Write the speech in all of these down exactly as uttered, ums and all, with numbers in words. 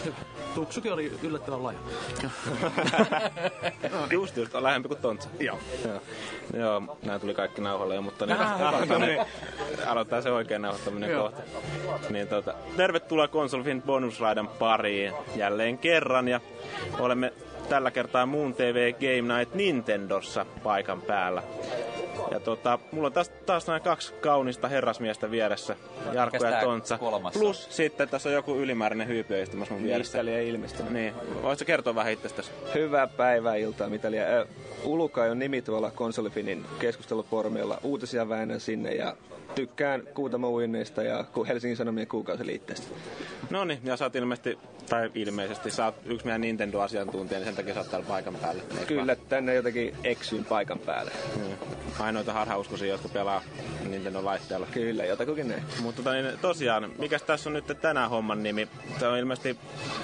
Tuksukin oli yllättävän laaja. Just just, on lähempi kuin Tontsa. Joo. Joo, Joo nää tuli kaikki nauhalle jo, mutta niin, aloittaa, niin, aloittaa se oikein nauhoittaminen Joo. kohta. Niin, tota, tervetuloa Konsolifin bonusraidan pariin jälleen kerran, ja olemme tällä kertaa Moon T V Game Night Nintendossa paikan päällä. Ja tota, mulla on taas, taas nämä kaksi kaunista herrasmiestä vieressä, Jarkko ja Tontsa. Plus sitten tässä on joku ylimääräinen hyypiö istumassa mun vieressä. Mitäli ei ilmestynyt. Niin, voitko kertoa vähän itsestäsi? Hyvää päivää, iltaa, Mitäli. Äh, Ulukai on nimi tuolla Konsolifinin keskustelupormilla. Uutisia väännän sinne ja tykkään Kuutamo-uinneista ja Helsingin Sanomien kuukausiliitteestä. No niin, ja sä oot ilmeisesti, tai ilmeisesti, sä oot yksi meidän Nintendo-asiantuntija, niin sen takia sä oot täällä paikan päällä. Kyllä, tänne jotenkin eksyin paikan päälle. Hmm. Ainoita harhauskoisia, jotka pelaa Nintendo-laitteella. Kyllä, jotakukin näin. Mutta tota, niin, tosiaan, mikäs tässä on nyt tänään homman nimi? Se on ilmeisesti...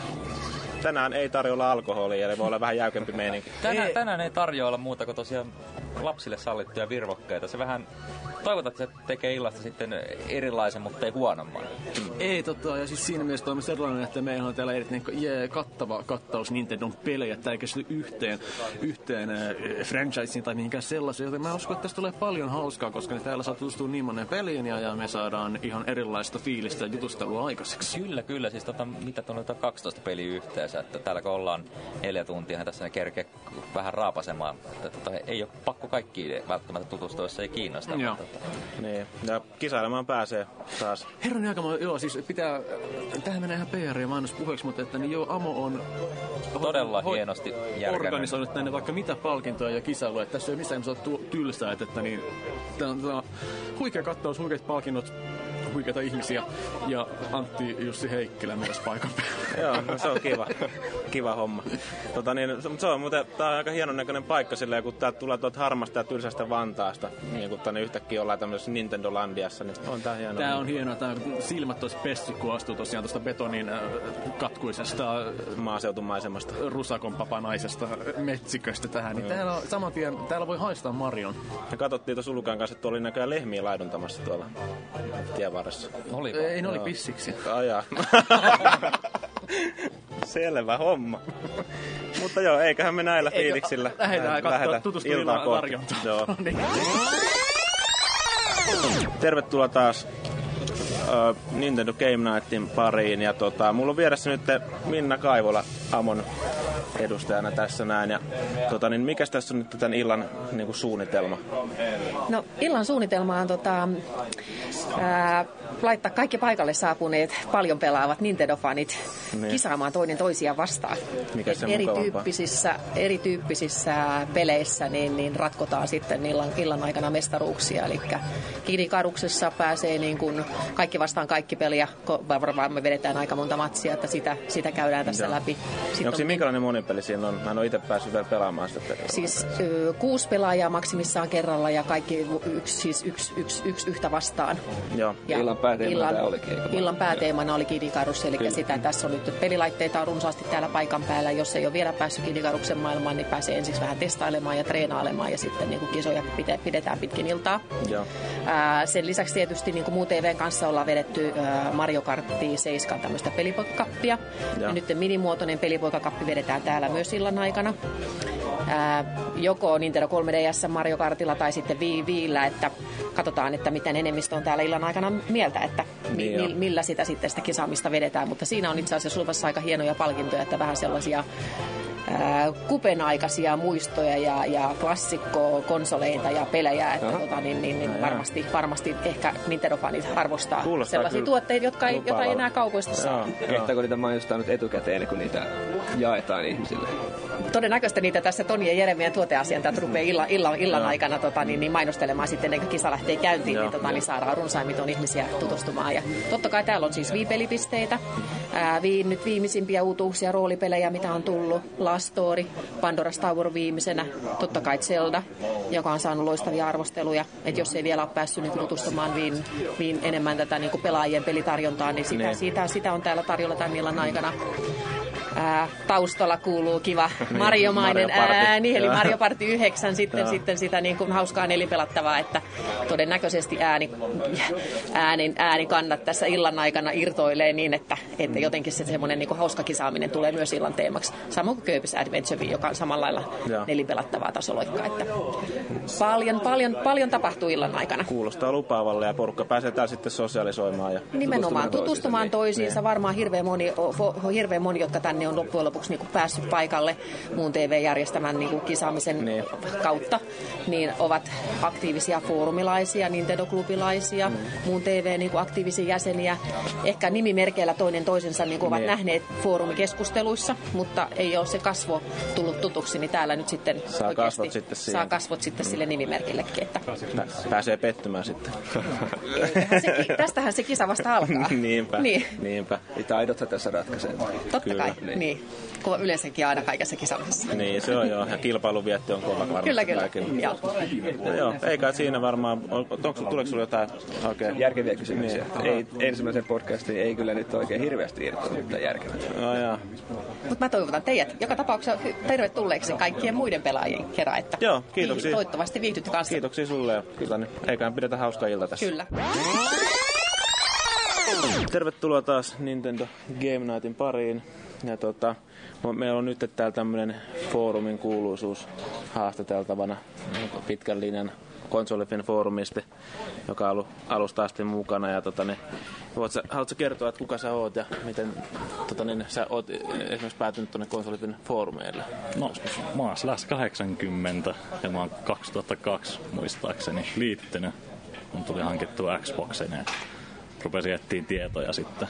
Tänään ei tarjolla alkoholia, eli voi olla vähän jäykempi meininki. Tänään ei, tänään ei tarjoilla muuta kuin tosiaan lapsille sallittuja virvokkeita. Se vähän... Toivotaan, että se tekee illasta sitten erilaisen, mutta ei huonomman. Ei tota, ja siis siinä mielessä on sellainen, että meillä on täällä erittäin yeah, kattava kattaus Nintendon pelejä, että eikä se yhteen, yhteen äh, franchiseen tai mihinkään sellaiseen, joten mä uskon, että tästä tulee paljon hauskaa, koska ne täällä saa tutustua niin monen peliin ja, ja me saadaan ihan erilaista fiilistä ja jutustelua aikaiseksi. Kyllä, kyllä. Siis tota, mitä tuonne kaksitoista peliä yhteensä, että täällä kun ollaan neljä tuntia, niin tässä ne kerkee vähän raapasemaan. Että, tota, ei ole pakko kaikkiin välttämättä tutustua, jos ei kiinnosta. Joo. Niin, ja kisailemaan pääsee taas. Herran aika, joo, siis pitää, tähän menee ihan P R ja mainospuheeksi, mutta että niin joo, Amo on todella ho- hienosti organisoinut tänne vaikka mitä palkintoja ja kisailuja, että tässä ei ole missään nimessä tylsää, että, että niin, tämä on, on huikea kattaus, huikeat palkinnot, huikeita ihmisiä ja Antti Jussi Heikkilä myös paikan päällä. Joo, no se on kiva, kiva homma. Tota niin, se on muuten, tää on aika hienon näköinen paikka silleen, kun täältä tulee tuolta harmasta ja tylsästä Vantaasta, niin kun tänne yhtäkkiä ollaan tämmöisessä Nintendo-landiassa, niin on tää hienoa. Tää on hienoa, tää silmät olisi pesty, kun astuu tosiaan tuosta betonin äh, katkuisesta maaseutumaisemasta rusakon papanaisesta metsiköstä tähän, niin täällä on saman tien, täällä voi haistaa Marion. Me katsottiin tuossa Ulukan kanssa, että oli näköjään lehmiä laiduntamassa tuolla tien varressa. Oli ei, ne oli pissiksi. Ajaa. Selvä homma. Mutta joo, eiköhän me näillä Eikö, fiiliksillä lähdetään katsoa tutustua tarjontaan. Joo. Tervetuloa taas uh, Nintendo Game Nightin pariin. Ja tota, mulla on vieressä nyt Minna Kaivola Amon edustajana tässä näin. Ja, tota, niin mikäs tässä on nyt tämän illan niin kuin suunnitelma? No illan suunnitelma on tota, ää, laittaa kaikki paikalle saapuneet paljon pelaavat Nintendo-fanit niin kisaamaan toinen toisia vastaan. Mikä se erityyppisissä, erityyppisissä peleissä niin, niin ratkotaan sitten illan, illan aikana mestaruuksia. Eli Kidikaruksessa pääsee niin kuin kaikki vastaan kaikki peliä. Varmaan me vedetään aika monta matsia, että sitä, sitä käydään tässä Joo. läpi. Sitten onko siinä minkälainen monipeli siinä on? Mä en ole itse päässyt vielä pelaamaan sitä. Siis ö, kuusi pelaajaa maksimissaan kerralla ja kaikki yksi, siis yksi, yksi, yksi yhtä vastaan. Joo. Ja illan pääteemana illan, olikin. Illan pääteemana oli Kid Icarus, eli Kyllä. sitä tässä on nyt pelilaitteita on runsaasti täällä paikan päällä. Jos ei ole vielä päässyt Kid Icaruksen maailmaan, niin pääsee ensiksi vähän testailemaan ja treenailemaan ja sitten niin kuin kisoja pidetään pitkin iltaa. Joo. Ää, sen lisäksi tietysti niin kuin muu T V:n kanssa ollaan vedetty ää, Mario Karttia seitsemän tämmöistä pelipoikakappia. Ja nyt minimuotoinen pelipoikakappi vedetään täällä myös illan aikana. Ää, joko Nintendo kolme D S Mario Kartilla tai sitten Wii Viillä, että katsotaan, että miten enemmistö on täällä illan aikana mieltä, että mi- mi- millä sitä sitten sitä kisaamista vedetään. Mutta siinä on itse asiassa luvassa aika hienoja palkintoja, että vähän sellaisia ää, kupenaikaisia muistoja ja, ja klassikko-konsoleita ja pelejä, että tota, niin, niin, niin varmasti, varmasti ehkä Nintendo-fanit arvostaa Kuulostaa sellaisia tuotteita, jotka ei, jota ei enää kaupoista saa. Ehtäkö niitä mainostaa nyt etukäteen, kun niitä jaetaan ihmisille? Todennäköisesti niitä tässä Toni ja Jeremian tuoteasiantajat rupeaa illan, illan, illan aikana tota, niin, niin mainostelemaan sitten ennen kuin kisa lähtee käyntiin, Joo, niin, tota, niin saadaan runsaimmin ihmisiä tutustumaan. Ja totta kai täällä on siis Wii-pelipisteitä, ää, Wii, nyt viimeisimpiä uutuuksia, roolipelejä, mitä on tullut, Last Story, Pandora's Tower viimeisenä, totta kai Zelda, joka on saanut loistavia arvosteluja. Et jos ei vielä ole päässyt niin tutustumaan Wiin, Wiin enemmän tätä niin kuin pelaajien pelitarjontaa, niin sitä, sitä, sitä on täällä tarjolla tämän illan aikana. Ää, taustalla kuuluu kiva Mario-mainen ääni, eli Mario Party yhdeksän, sitten, sitten sitä niin kuin hauskaa nelipelattavaa, että todennäköisesti ääni, ääni, äänikannat tässä illan aikana irtoilee niin, että, että jotenkin se semmoinen niin kuin hauska kisaaminen tulee myös illan teemaksi. Samoin kuin Kirby's Adventure, joka on samalla lailla nelipelattavaa tasoloikkaa, että paljon, paljon, paljon tapahtuu illan aikana. Kuulostaa lupaavalle ja porukka pääsee täällä sitten sosiaalisoimaan. Ja nimenomaan tutustumaan toisiinsa. Niin. Varmaan hirveän moni, hirveän moni, jotka tänne on loppujen lopuksi niin kuin päässyt paikalle muun T V-järjestämän niin kuin kisaamisen niin. kautta, niin ovat aktiivisia foorumilaisia, Nintendo-klubilaisia, mm. muun T V niin kuin aktiivisia jäseniä. Ehkä nimimerkeillä toinen toisensa niin kuin ovat niin. nähneet foorumikeskusteluissa, mutta ei ole se kasvo tullut tutuksi, niin täällä nyt sitten saa kasvot sitten, saa kasvot sitten mm. sille nimimerkillekin. Että pääsee pettymään sitten. Se, tästähän se kisa vasta alkaa. Niinpä, niin. niinpä. Ei taidothan tässä ratkaisee. Totta Kyllä. kai, niin. niin. Kun yleensäkin aina kaikessa kisaamisessa. Niin, se on joo. Ja kilpailuvietti on kova varmasti. Kyllä, kyllä. Joo. Ja joo, eikä siinä varmaan, onko, tuleeko sinulla jotain oikein järkeviä kysymyksiä? Niin. Ei, ensimmäisen podcastin ei kyllä nyt oikein hirveästi irtoa, mutta järkevät. No joo. Mutta mä toivotan teidät joka tapauksessa tervetulleeksi kaikkien muiden pelaajien kerran. Että joo, kiitoksia. Toivottavasti viihdytte kanssa. Kiitoksia sulle ja eiköhän pidetä hauskaa ilta tässä. Kyllä. Tervetuloa taas Nintendo Game Nightin pariin. Ja tota, meillä on nyt täällä tämmönen foorumin kuuluisuus haastateltavana pitkän linjan konsolifin foorumisti, joka on ollut alusta asti mukana. Ja tota, niin, sä, haluatko kertoa, että kuka sä oot ja miten tota, niin, sä oot esimerkiksi päätynyt tuonne konsolifin foorumeille? No, mä oon Slash kahdeksankymmentä ja mä oon kaksituhattakaksi muistaakseni liittynyt. Mun tuli hankittua Xboxin ja rupesin etsiä tietoja sitten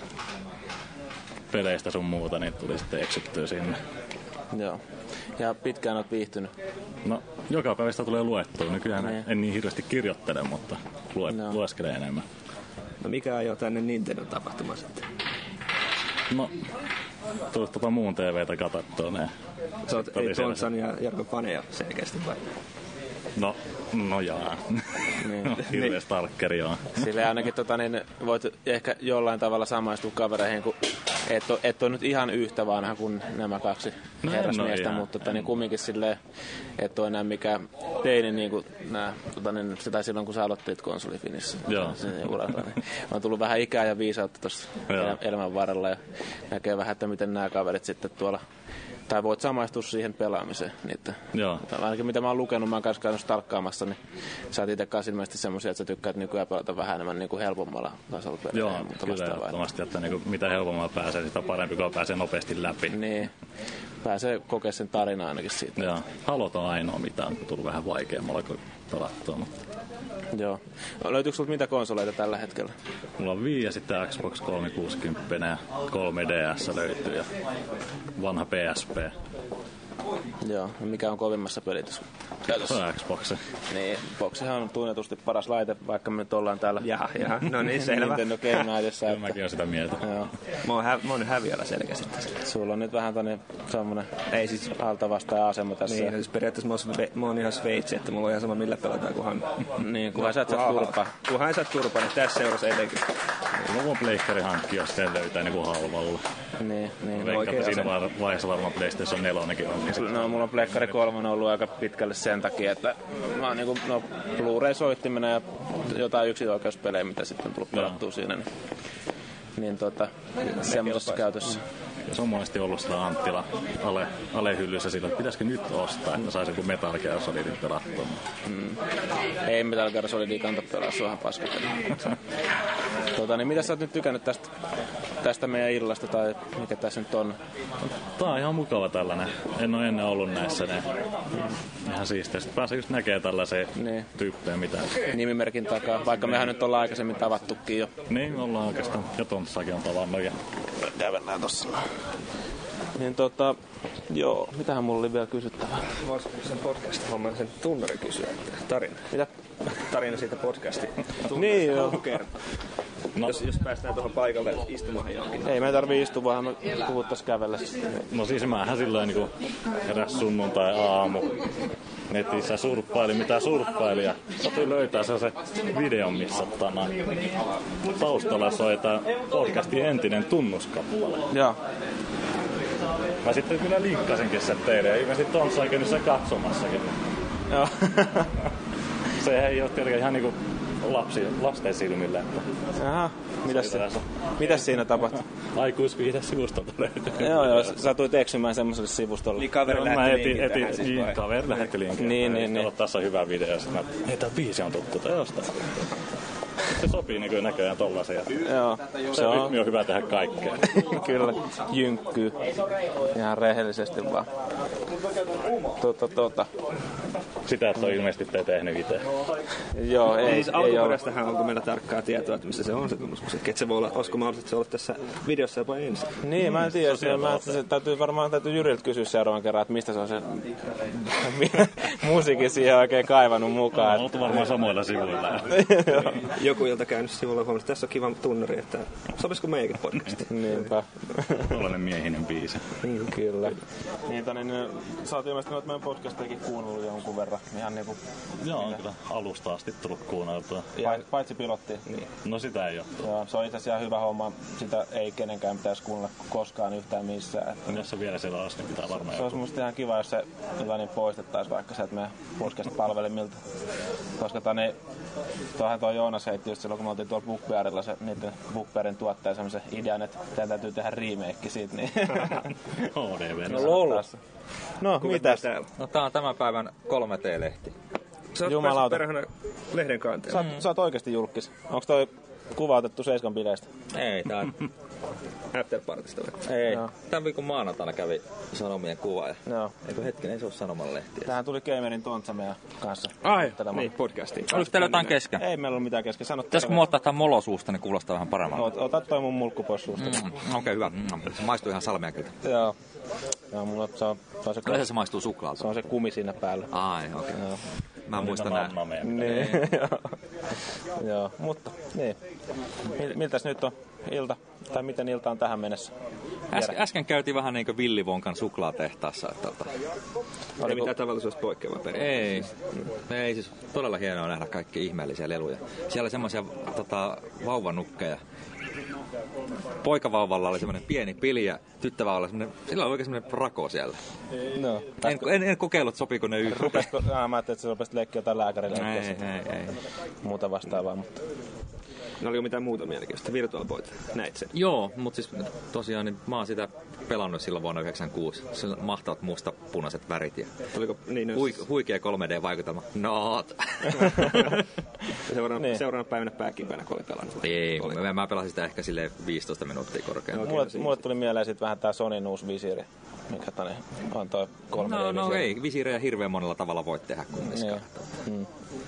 peleistä sun muuta, niin tuli sitten eksyttyä sinne. Joo. Ja pitkään oot viihtynyt? No, joka päivästä tulee luettua. Nykyään ne. en niin hirveästi kirjoittele, mutta lue, no. lueskele enemmän. No mikä ajoi tänne Nintendo tapahtuma sitten? No, tulit tuota muun T V:tä katsottua ne. Sä oot ei Tontsan ja Jarkko Paneja selkeästi vai? No, no jaa. Niin. Hirveä stalkeri, joo. Silleen ainakin tota, niin voit ehkä jollain tavalla samaistua kavereihin, kun et ole, et ole nyt ihan yhtä vanha kuin nämä kaksi no, herrasmiestä, no, mutta tota, niin kumminkin silleen, et ole enää mikään teini niin kuin nää, tota, niin, sitä silloin, kun sä aloitteet konsolifinissä. Joo. Uralla, niin on tullut vähän ikää ja viisautta tuossa elämän varrella ja näkee vähän, että miten nämä kaverit sitten tuolla tai voit samaistua siihen pelaamiseen. Niitä. Joo. Ainakin mitä mä oon lukenut, mä oon kanssa käynyt stalkkaamassa, niin sä oot itse kanssa ilmeisesti semmosia, että sä tykkäät nykyään pelata vähän enemmän niin kuin helpommalla tasolla pelata. Joo, kyllä ehdottomasti, että niin kuin mitä helpommalla pääsee, sitä parempi, kun pääsee nopeasti läpi. Niin, pääsee kokea sen tarinaa ainakin siitä. Joo, Halot on ainoa, mitä on tullut vähän vaikeammalla kuin pelattua. Mutta... Joo. Löytyykö sulta mitä konsoleita tällä hetkellä? Mulla on Wii ja sitten Xbox kolmesataakuusikymmentä ja kolme D S löytyy ja vanha P S P. Joo, mikä on kovimmassa pelitössä? Se on Xbox. Niin, Boxihan on tunnetusti paras laite, vaikka me nyt ollaan täällä jaha, jaha. No niin, selvä. Nintendo Game Nightissa. Kyllä mäkin oon sitä mieltä. Joo. Mä oon, hä- mä oon häviöllä selkeästi. Sulla on nyt vähän tonne semmonen ei siis alta vastaan asema tässä. Niin, siis periaatteessa mä oon, sve- mä oon ihan Sveitsi, että mulla on ihan sama millä pelataan, kunhan... Niin, kunhan sä et saa turpaa. Kunhan sä et turpaa, niin tässä seurassa etenkin. Mulla on pleikkari hankki, jos sen löytää niinku halvalla. Niin, niin. Veikkaan, siinä vaiheessa varmaan PlayStation neljäkin on. No, mulla on pleikkari kolme ollut aika pitkälle sen takia, että mä oon niinku, no, Blu-ray-soittimena ja jotain yksinoikeuspelejä, mitä sitten on tullut pelattua siinä. Niin, niin tota, semmoisessa käytössä. Ja se on monesti ollut sitä Anttila ale, alehyllyssä sillä, että pitäisikö nyt ostaa, että saisi joku Metal Gear Solidin pelattua. Mm. Ei Metal Gear Solidin kanta pelaa, se on ihan paskapeli. tota, niin mitä sä oot nyt tykännyt tästä, tästä meidän illasta, tai mikä tässä nyt on? Tää on ihan mukava tällainen. En ole ennen ollut näissä, ne ihan siistiä. Sitten pääsee just näkee tällaisia niin. tyyppejä, mitä... Nimimerkin takaa, vaikka mehän nyt ollaan aikaisemmin tavattukin jo. Niin, me ollaan oikeastaan. Ja Tontsakin on tavannut. Ja... Kävennään tossa. Niin tota, joo, mitähän mulla oli vielä kysyttävää? Voisiko sen podcast-homman sen tunnari kysyä? Tarina. Mitä? Tarina siitä podcastin. Niin joo. No. Jos, jos päästään tuohon paikalle istumaan johonkin. Ei me tarvii istua, vaan me puhuttais kävellä. No siis mähän silloin niinku heräs sunnuntai-aamu. Netissä surppaili mitä surppaili ja satuin löytää se videon, missä tana, taustalla soi tää podcastin entinen tunnuskappale. Joo. Mä sitten kyllä linkkasinkin sen teille ja ilmeisesti Tontsa on käynyt sen katsomassakin. Joo. Se ei ole tietenkään ihan niinku lapsi, lasten silmille. Että Jaha, mitäs, se, mitäs siinä tapahtui? Aikuisviihde sivustolta löytyy. Joo, joo, sä tulit eksymään semmoiselle sivustolle. Niin kaveri lähetti linkin tähän siis vai? Kaveri lähetti linkin. Niin, niin, niin. Tässä on hyvä video. Sitten mä, hei tää biisi on tuttu teosta. Se sopii niin näköjään tollasen. Joo, se on. Rytmi on hyvä tehdä kaikkea. Kyllä, jynkkyy. Ihan rehellisesti vaan. Tuota, tuota. Sitä, että on ilmeisesti te tehnyt itse. Joo, ei, siis ei alkuperäistähän onko meillä tarkkaa tietoa, että missä se on se tunnusmusik. Että se voi olla, olisiko mahdollista, että se ollut tässä videossa jopa ensin. Niin, mä en tiedä. Se, mä, se täytyy varmaan täytyy Jyriltä kysyä seuraavan kerran, että mistä se on se musiikin siihen oikein kaivannut mukaan. On oltu varmaan samoilla sivuilla. Joku, jolta käynyt sivulla huomassa, tässä on kiva tunnari, että sopisiko meidänkin podcastiin? Niinpä. Tällainen miehinen biisi. Kyllä. Niin, tänne, niin, sä oot ilmeisesti noita meidän podcastejakin kuunnellut jonkun verran. Ihan niinku... Joo, on kyllä alusta asti tullut kuunneltua. Paitsi pilotti. Niin. No sitä ei oo. Joo, se on itse asiassa ihan hyvä homma. Sitä ei kenenkään pitäisi kuunnella koskaan yhtään missään. Että jos se vielä siellä olisi, niin pitää varmaan... Se olisi musta ihan kiva, jos se niin poistettaisiin vaikka sieltä meidän podcast-palvelimilta. Koska tani, tuohan tuo Joonas heitti just silloin, kun me oltiin tuolla Bookbearilla se niiden Bookbearin tuottaja semmoisen idean, että teidän täytyy tehdä remake siitä. Niin. H D V. No lol. No, mitäs? No tää on tämän päivän kolme T-lehti. Sä oot Jumalauta. päässyt perhana lehden kanteen. Sä, oot- sä oot oikeesti julkis. Onks toi kuva otettu Seiskan bileistä? Ei, tää... Afterpartista vai? Ei. Joo. Tämän viikon maanantaina kävi Sanomien kuvaaja. Joo. Eikö hetken, ei se ole Sanomalehtiä. Tähän tuli Gamerin Tontsa meidän kanssa. Ai, Tätä niin, podcastiin. Oliko teillä jotain kesken? Ei meillä ollut mitään kesken. Sano Pitäisikö mulla ottaa tämän molosuusta, niin kuulostaa vähän paremmalta? Ot, ota toi mun mulkku pois suusta. Mm, Okei, okay, hyvä. Mm, se maistuu ihan salmiakilta. Joo. Joo, mulla se on, se on se, Yleensä se maistuu suklaalta. se on se kumi siinä päällä. Ai, okei. Okay. Mä muistan nää. Niin, joo, mutta niin. Mil- Miltäs nyt on ilta? Tai miten ilta on tähän mennessä? Äsken, äsken käytiin vähän niinku Villivonkan suklaatehtaassa. Että, tota, Ei mitään tavallisuudesta poikkeavaa periaatteessa. ei, ei siis todella hienoa nähdä kaikki ihmeellisiä leluja. Siellä oli semmoisia tota, vauvanukkeja. Poikavauvalla oli semmoinen pieni pili ja tyttövauvalla semmoinen, sillä oli oikein semmoinen rako siellä. No. En, en, en kokeillut, sopiiko ne yhteen. Rupesko, ah, mä ajattelin, että se rupesi leikkiä jotain lääkärileikkiä. Ei, sitten. ei, ei. Muuta vastaavaa, mutta... No oliko mitään muuta mielenkiintoista? Virtual Boyt, näit sen? Joo, mutta siis tosiaan niin mä oon sitä pelannut silloin vuonna yhdeksänkymmentäkuusi. Se on mahtavat musta-punaiset värit ja Oliko niin? hui, huikea kolme D-vaikutelma. Not! Seuraavana, Niin. seuraavana päivänä pääkimpänä, kun oli pelannut. Ei, mä, mä pelasin sitä ehkä sille viisitoista minuuttia korkeammin. Okei, Mulle, no siinä. mulle tuli mieleen sit vähän tää Sonyn uusi visiiri. Mikä tani on toi kolme D No, no visiiri. ei, visiirejä hirveän monella tavalla voit tehdä kumminkaan. Mm.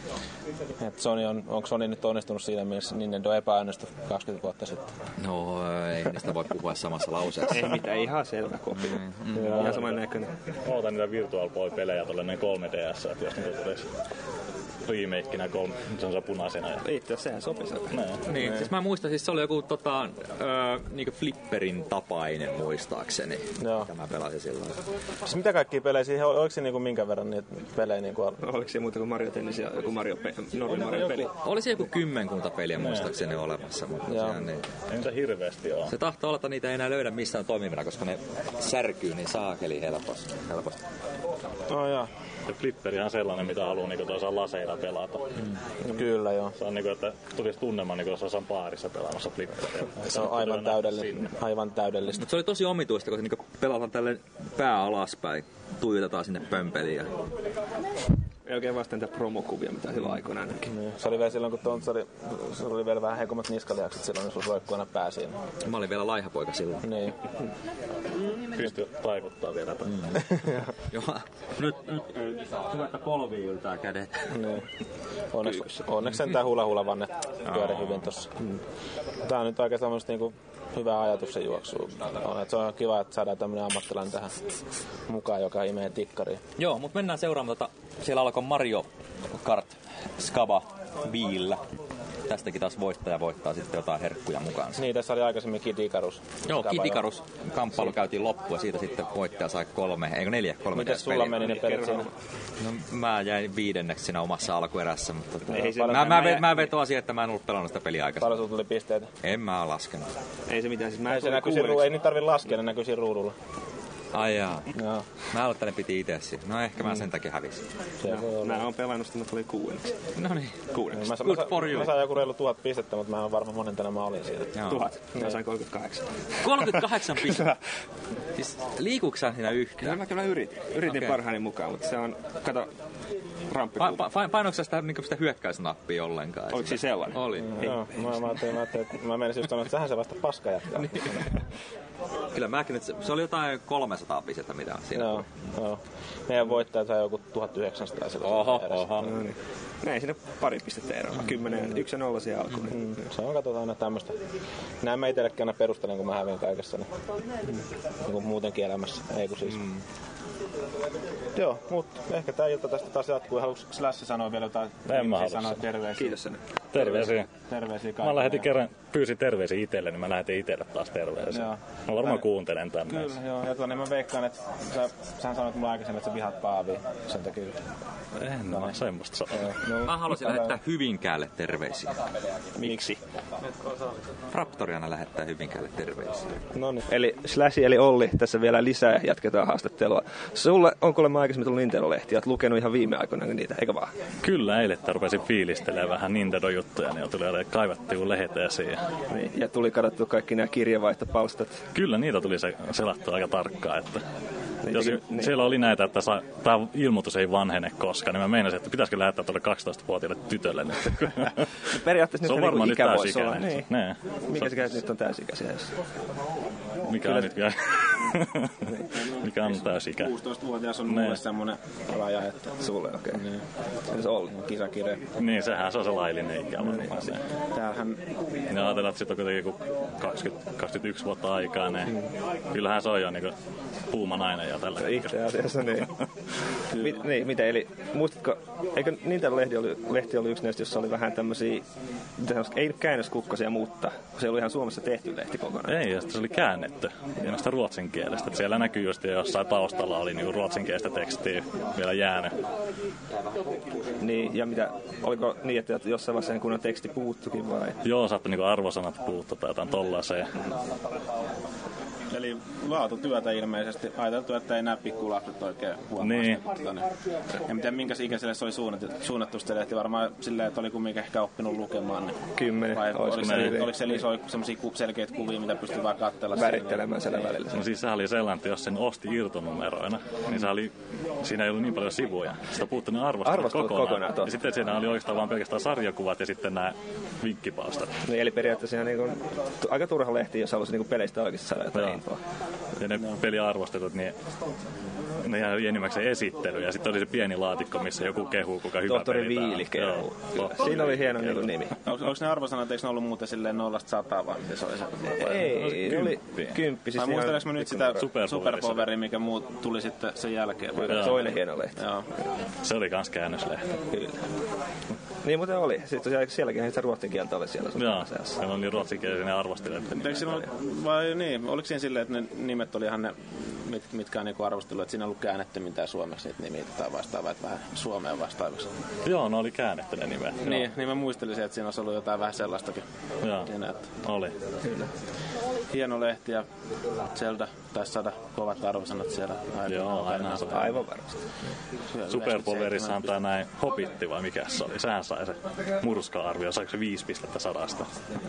Et Sony on, onko Sony nyt onnistunut siinä mielessä, Nintendo epäonnistui kaksikymmentä vuotta sitten. No ei, niistä voi puhua samassa lauseessa. Ei mitään, ihan selvä kopio. Mm. Ihan saman näköinen. Ootan niitä Virtual Boy-pelejä tuollainen kolme D S, että jos niitä tulisi remakenä kolme, se on se punaisena. Ja... Itse asiassa sehän sopisi. Niin, siis mä muistan, siis se oli joku tota, ö, niinku flipperin tapainen muistaakseni, Joo. mitä mä pelasin silloin. Siis mitä kaikkia pelejä siihen, oliko se niinku minkä verran niitä pelejä niinku on? Oliko se muuta kuin Mario Tennis ja joku Mario pe- normi Mario peli? Olisi joku kymmenkunta peliä muistaakseni olemassa, mutta tosiaan niin. Ei niitä hirveästi oo. Se tahtoo olla, että niitä ei enää löydä missään toimivina, koska ne särkyy niin saakeli helposti. helposti. No joo. Se flipperi on sellainen, mitä haluaa niinku tuossa laseilla pelata. Mm. Kyllä joo. Se on niinku, että tulisi tunnelma niinku jos on baarissa pelaamassa flipperiä. Se on aivan täydellistä. Aivan täydellistä. Mutta se oli tosi omituista, kun se niinku pelataan tälle pää alaspäin, tuijotetaan sinne pömpeliin. Ja... Ei oikein vastaan niitä promokuvia, mitä silloin aikoinaan näki. Niin. Se oli vielä silloin, kun Tontsa oli, se oli vielä vähän heikommat niskalihakset silloin, niin sun roikkuu aina pää siinä. Mä olin vielä laihapoika silloin. Niin. Pystyy taikuttaa vielä. Mm. Joo. Nyt, nyt ei. Hyvä, polvi yltää kädet. Niin. Onneksi, onneksi sentään hula hula vanne pyöri hyvin tossa. Mm. Tää on nyt oikeastaan tämmöstä niinku hyvä ajatuksen juoksu. On, se on kiva, että saadaan tämmönen ammattilainen tähän mukaan, joka imee tikkariin. Joo, mutta mennään seuraamaan tota, siellä alkoi Mario Kart Skaba Viillä. Tästäkin taas voittaja voittaa sitten jotain herkkuja mukaan. Niin, tässä oli aikaisemmin Kid Icarus. Joo, Kid Icarus kamppailu käytiin loppuun ja siitä sitten voittaja sai kolme, eikö neljä, kolme Miten sulla meni ne pelit siinä? No mä jäin viidenneksi siinä omassa alkuerässä, mutta Ei se- mä, mä, mä, mä vetoasin, että mä en ollut pelannut sitä peliä aikaisemmin. Paljon sulla tuli pisteitä? En mä oo laskenut. Ei se mitään, siis mä Ei, se näkyy siinä, ru- ei nyt tarvi laskea, ne näkyy siinä ruudulla. Ai jaa. Joo. Mä aloittelin piti itse siinä. No ehkä mä Mm. sen takia hävisin. No, mä oon pelannut sitä, mä tulin kuudenneksi. No niin. Kuudenneksi. Mä, sa- Good mä, sa- for you. mä sain joku reilu tuhat pistettä, mutta mä en ole varma monen tänä mä olin siinä. Joo. Tuhat. Mä sain kolmekymmentäkahdeksan. kolmekymmentäkahdeksan pistettä. Siis liikuuksä siinä Kyllä yhtään? mä kyllä yritin. Yritin Okei. okay. parhaani mukaan, mutta se on, kato, ramppi. Pa- pa- pa- painoiko sä sitä, niinku sitä hyökkäysnappia ollenkaan? Oliko siinä sellainen? Oli. Joo, mä, mä, ajattelin, mä, ajattelin, että mä menisin just sanoa, että sähän se vasta paska jatkaa. Kyllä mäkin, että se, se oli jotain kolmesataa pistettä, mitä siinä Joo, joo. Meidän voittaja sai joku tuhatyhdeksänsataa sillä Oho, erässä. oho. No niin. Näin siinä pari pistettä eroa. Kymmenen, yksi ja nolla siihen alkuun. Mm, se on katsotaan aina tämmöstä. Näin mä itsellekin aina perustelen, kun mä hävin kaikessa. Niin, niin kuin muutenkin elämässä. Ei kun siis. Mm. Joo, mutta ehkä tää ilta tästä taas jatkuu. Haluatko Slash sanoa vielä jotain? En mä halua sanoa sanoa. terveisiä. Kiitos sen. Terveisiä. Terveisiä kaikille. Mä lähetin kerran, pyysin terveisiä itselle, niin mä lähetin itselle taas terveisiä. Joo. Mä varmaan kuuntelen tänne. Kyllä, joo. Ja tuonne mä veikkaan, että sä, sähän sanoit mulle aikaisemmin, että sä vihaat Paavia sen takia. En mä semmoista saa. No, Mä haluaisin lähettää Hyvinkäälle terveisiä. miksi? Raptoriana lähettää Hyvinkäälle terveisiä. No niin. Eli Slashi eli Olli, tässä vielä lisää jatketaan haastattelua. Sulle on kuulemma aikaisemmin tullut Nintendo-lehtiä, oot lukenut ihan viime aikoina niitä, eikä vaan? Kyllä, eilettä rupesin fiilistelemään vähän Nintendo-juttuja, niin tuli kaivattiin leheteesiin. Niin, ja tuli katsottua kaikki nämä kirjavaihtopalstat. Kyllä niitä tuli se, selattua aika tarkkaan, että Niin, jos niin, niin. siellä oli näitä, että tämä ilmoitus ei vanhene koskaan, niin mä meinasin, että pitäisikö lähettää tuolle kaksitoistavuotiaille tytölle nyt. Periaatteessa Se on nyt varmaan niinku nyt ikä voisi olla. täysikäinen. Niin. Nee. Mikä se nyt on täysikäisiä? jos- Mikä Kyllä on se- nyt vielä? Mikä on täysikä? kuusitoistavuotias on Ne. mulle semmonen raja, että Sulle, okei. Okay. Entäs Olli? kisakirja. Niin, sehän se on se laillinen ikä varmaan se. Täällähän Ja ajatellaan, että siitä on kuitenkin joku kaksikymmentä kaksikymmentäyksi vuotta aikaa, niin kyllähän se on jo niinku kuuma nainen ja tällä hetkellä. Itse asiassa niin. Mi- niin, miten, eli muistatko, eikö Nintendo-lehti oli, lehti oli yksi näistä, jossa oli vähän tämmösiä, mitä sanoisi, ei käännöskukkosia, mutta se oli ihan Suomessa tehty lehti kokonaan. Ei, ja sitten se oli käännetty ilmeisesti ruotsin kielestä. Et siellä näkyy just jossain taustalla oli niinku ruotsinkielistä tekstiä vielä jäänyt. Niin, ja mitä, oliko niin, että jossain vaiheessa kun on teksti puuttukin vai? Joo, saattoi niinku arvosanat puuttua tai jotain tollaiseen. Eli laatutyötä ilmeisesti. Ajateltu, että ei nämä pikkulapset oikein huomaa Niin. sitä, mutta ne- en tiedä, minkä ikäiselle se oli suunnattu, suunnattu se lehti. Varmaan silleen, että oli kumminkin ehkä oppinut lukemaan. Niin. Kymmenen, Vai olisiko oliko, ne se, hyvin? oliko se iso, sellaisia ku- selkeitä kuvia, mitä pystyy vaan katsella? Värittelemään siellä välillä. No siis sehän oli sellainen, että jos sen osti irtonumeroina, niin se oli, siinä ei ollut niin paljon sivuja. Sitä puuttui ne arvostelut, Arvostelut kokonaan. kokonaan, totta. ja sitten siinä oli oikeastaan vain pelkästään sarjakuvat ja sitten nämä vinkkipalstat. Niin, eli periaatteessa ihan niin aika turha lehti, jos halusi niin peleistä oikeasti saada jotain Joo. infoa. Ja ne peliarvostelut, niin ne oli enimmäkseen esittely. Ja sitten oli se pieni laatikko, missä joku kehuu, kuka hyvä Tohtori peli Viili kehuu. Joo. Siinä oli hieno niin nimi. Onko, onko ne arvosanat, eikö ne ollut muuten silleen nollasta sataa vai miten se oli se? Ei, ne oli kymppi. kymppi. Siis Vai muistelenko mä nyt sitä Superpowerissa. Superpoweria, mikä muu tuli sitten sen jälkeen? Vai? Joo. Toinen hieno lehti. Joo. Se oli kans käännöslehti. Kyllä. Niin muuten oli. Sitten tosiaan sielläkin sitä ruotsin kieltä oli siellä. Joo, seassa. siellä oli ruotsinkielinen arvostelijat. Eikö siinä ollut, vai niin, oliko siinä silleen, että ne nimet oli ihan ne, mit, mitkä on niinku arvostellut, että siinä ei ollut käännetty mitään suomeksi niitä nimiä tai vastaavaa, että vähän Suomeen vastaaviksi. Joo, ne oli käännetty ne nimet. Niin, niin mä muistelisin, että siinä olisi ollut jotain vähän sellaistakin. Joo, Siinä, että oli. hieno lehti ja Zelda taisi saada kovat arvosanat siellä. Joo, aina se. Aivan varmasti. Superpowerissa on tää näin Hobbitti vai mikä se oli? Sehän sai se murska-arvio, saiko se viisi pistettä sadasta?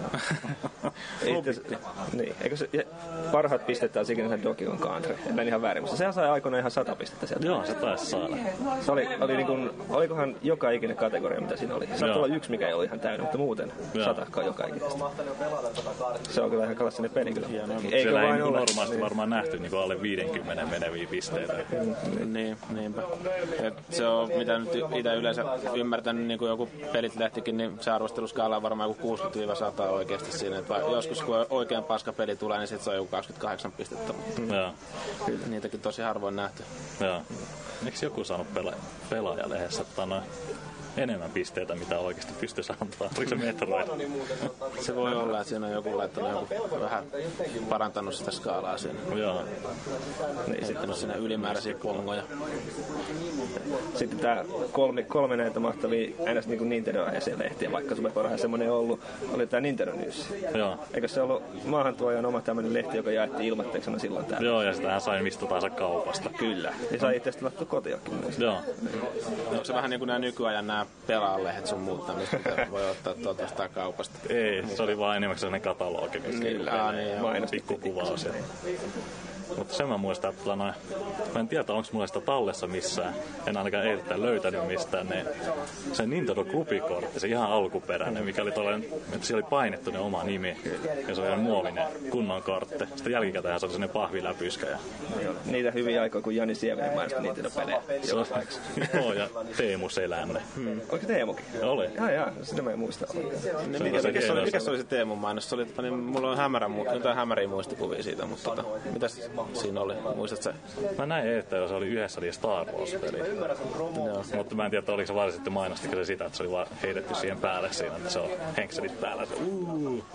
Itse, niin, eikö se, ja parhaat pistet taas ikinä sen Donkey Country. En meni ihan väärin, mutta sehän sai aikoinaan ihan sata pistettä sieltä. Joo, se taisi saada. Se oli, oli niin kuin, olikohan joka ikinen kategoria, mitä siinä oli. Saattoi Joo. olla yksi, mikä ei ollut ihan täynnä, mutta muuten Joo. sata joka ikisestä. Se on kyllä ihan klassinen peli kyllä. Eikö Siellä ei vain niin ole? normaalisti varmaan nähty niin alle viisikymmentä meneviä pisteitä. Niin, niinpä. Et se on, mitä nyt itse yleensä ymmärtänyt, niin kuin joku pelit-lehtikin, niin se arvosteluskaala on varmaan joku kuusikymmentä sata oikeasti siinä. Et vai- joskus kun oikein paska peli tulee, niin sit se on joku kaksikymmentäkahdeksan pistettä. Joo, Niitäkin tosi harvoin nähty. joo. Eikö joku saanut pela- pelaajalehdessä että noin enemmän pisteitä, mitä oikeasti pystyisi antaa? Oliko se Metroid? Se voi olla, että siinä on joku laittanut joku vähän parantanut sitä skaalaa siinä. Joo, Joo. Niin, sitten on siinä ylimääräisiä pongoja. Sitten tää kolme, kolme näitä mahtavia ns. Niin Nintendo-lehtiä, vaikka Super parhaan semmonen ollut, oli tää Nintendo News. Joo. Eikö se ollut maahantuojan oma tämmönen lehti, joka jaettiin ilmatteeksena silloin täällä? Joo, ja sitähän sai mistä tahansa kaupasta. Kyllä. Ja sai itse asiassa laittua kotiakin myös. Joo. Onko se vähän niin kuin nämä nykyajan nämä pelaalehdet sun muut, mistä voi ottaa tuota kaupasta? Ei, se oli vaan enemmän sellainen katalogi, missä Niin, aa, niin, joo. pikkukuvaus. Mutta sen mä muistan, että noin, mä en tiedä, onko mulla sitä tallessa missään. En ainakaan eittäin löytänyt mistään. Ne, se Nintendo Clubikortti, se ihan alkuperäinen, mikä oli tollainen, että siellä oli painettu ne oma nimi. Ja se oli ihan muovinen kunnon kortti. Sitten jälkikäteen se oli sellainen pahviläpyskä. Ja... Niitä hyviä aikoja, kun Jani Sievinen mainosti Nintendo-pelejä. Joo, ja Teemu Selänne. Hmm. Oliko Teemukin? Oli. Jaa, jaa, sitä mä en muista. Ne, mikä, mikä, se oli, mikä se oli se Teemun mainos? Se oli, niin, mulla on hämärä, jotain hämäriä muistikuvia siitä, mutta tota, mitäs siinä oli? Muistatko sä? Mä näin, että se oli yhdessä oli Star Wars-peli. No. Mutta mä en tiedä, oliko se varsinaisesti mainostiko se sitä, että se oli vaan heitetty siihen päälle siinä, että se on henkselit päällä. Se, uuu.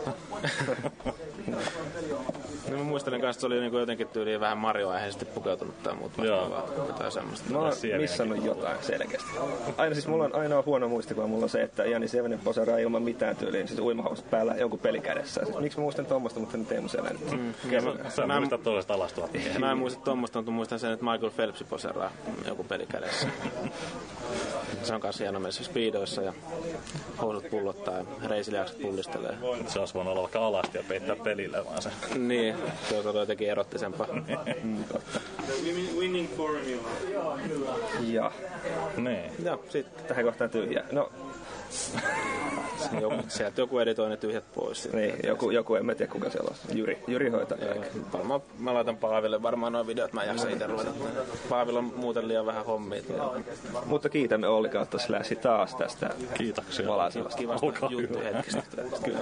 No, mä muistelen kanssa, että se oli niinku jotenkin tyyliin vähän Mario-aiheisesti pukeutunut tai muut vastaavaa. Jotain semmoista. Mä oon missannut jotain selkeästi. Aina siis mulla on ainoa huono muistikuva mulla on se, että Jani Sievinen poseraa ilman mitään tyyliin, siis uimahausut päällä jonkun peli kädessä. Siis, miksi mä muistan tuommoista, mutta nyt Teemu Selänne. Mm. Sä muistat toisesta alastuvat. Mä en muista tuommoista, mutta muistan sen, että Michael Phelps poseraa joku peli kädessä. Se on kanssa hieno meissä speedoissa ja housut pullottaa ja reisiliakset pullistelee. Se olisi voinut olla vaikka alasti ja peittää pelille vaan se. Niin, se on jotenkin erottisempaa. Winning formula. Ja. Niin. Ja sitten tähän kohtaan tyhjää. No. Joku, sieltä joku editoi ne tyhjät pois. Niin, joku, joku, en mä tiedä kuka siellä on. Jyri, Jyri hoitaa kaikki. Varmaan mä laitan Paaville varmaan nuo videot, mä en jaksa itse ruveta. Paavilla on muuten liian vähän hommia. Mutta kiitämme Olli kautta Slashi taas tästä. Kiitoksia. Valaisevasta. Kivasta juttuhetkistä. Kyllä.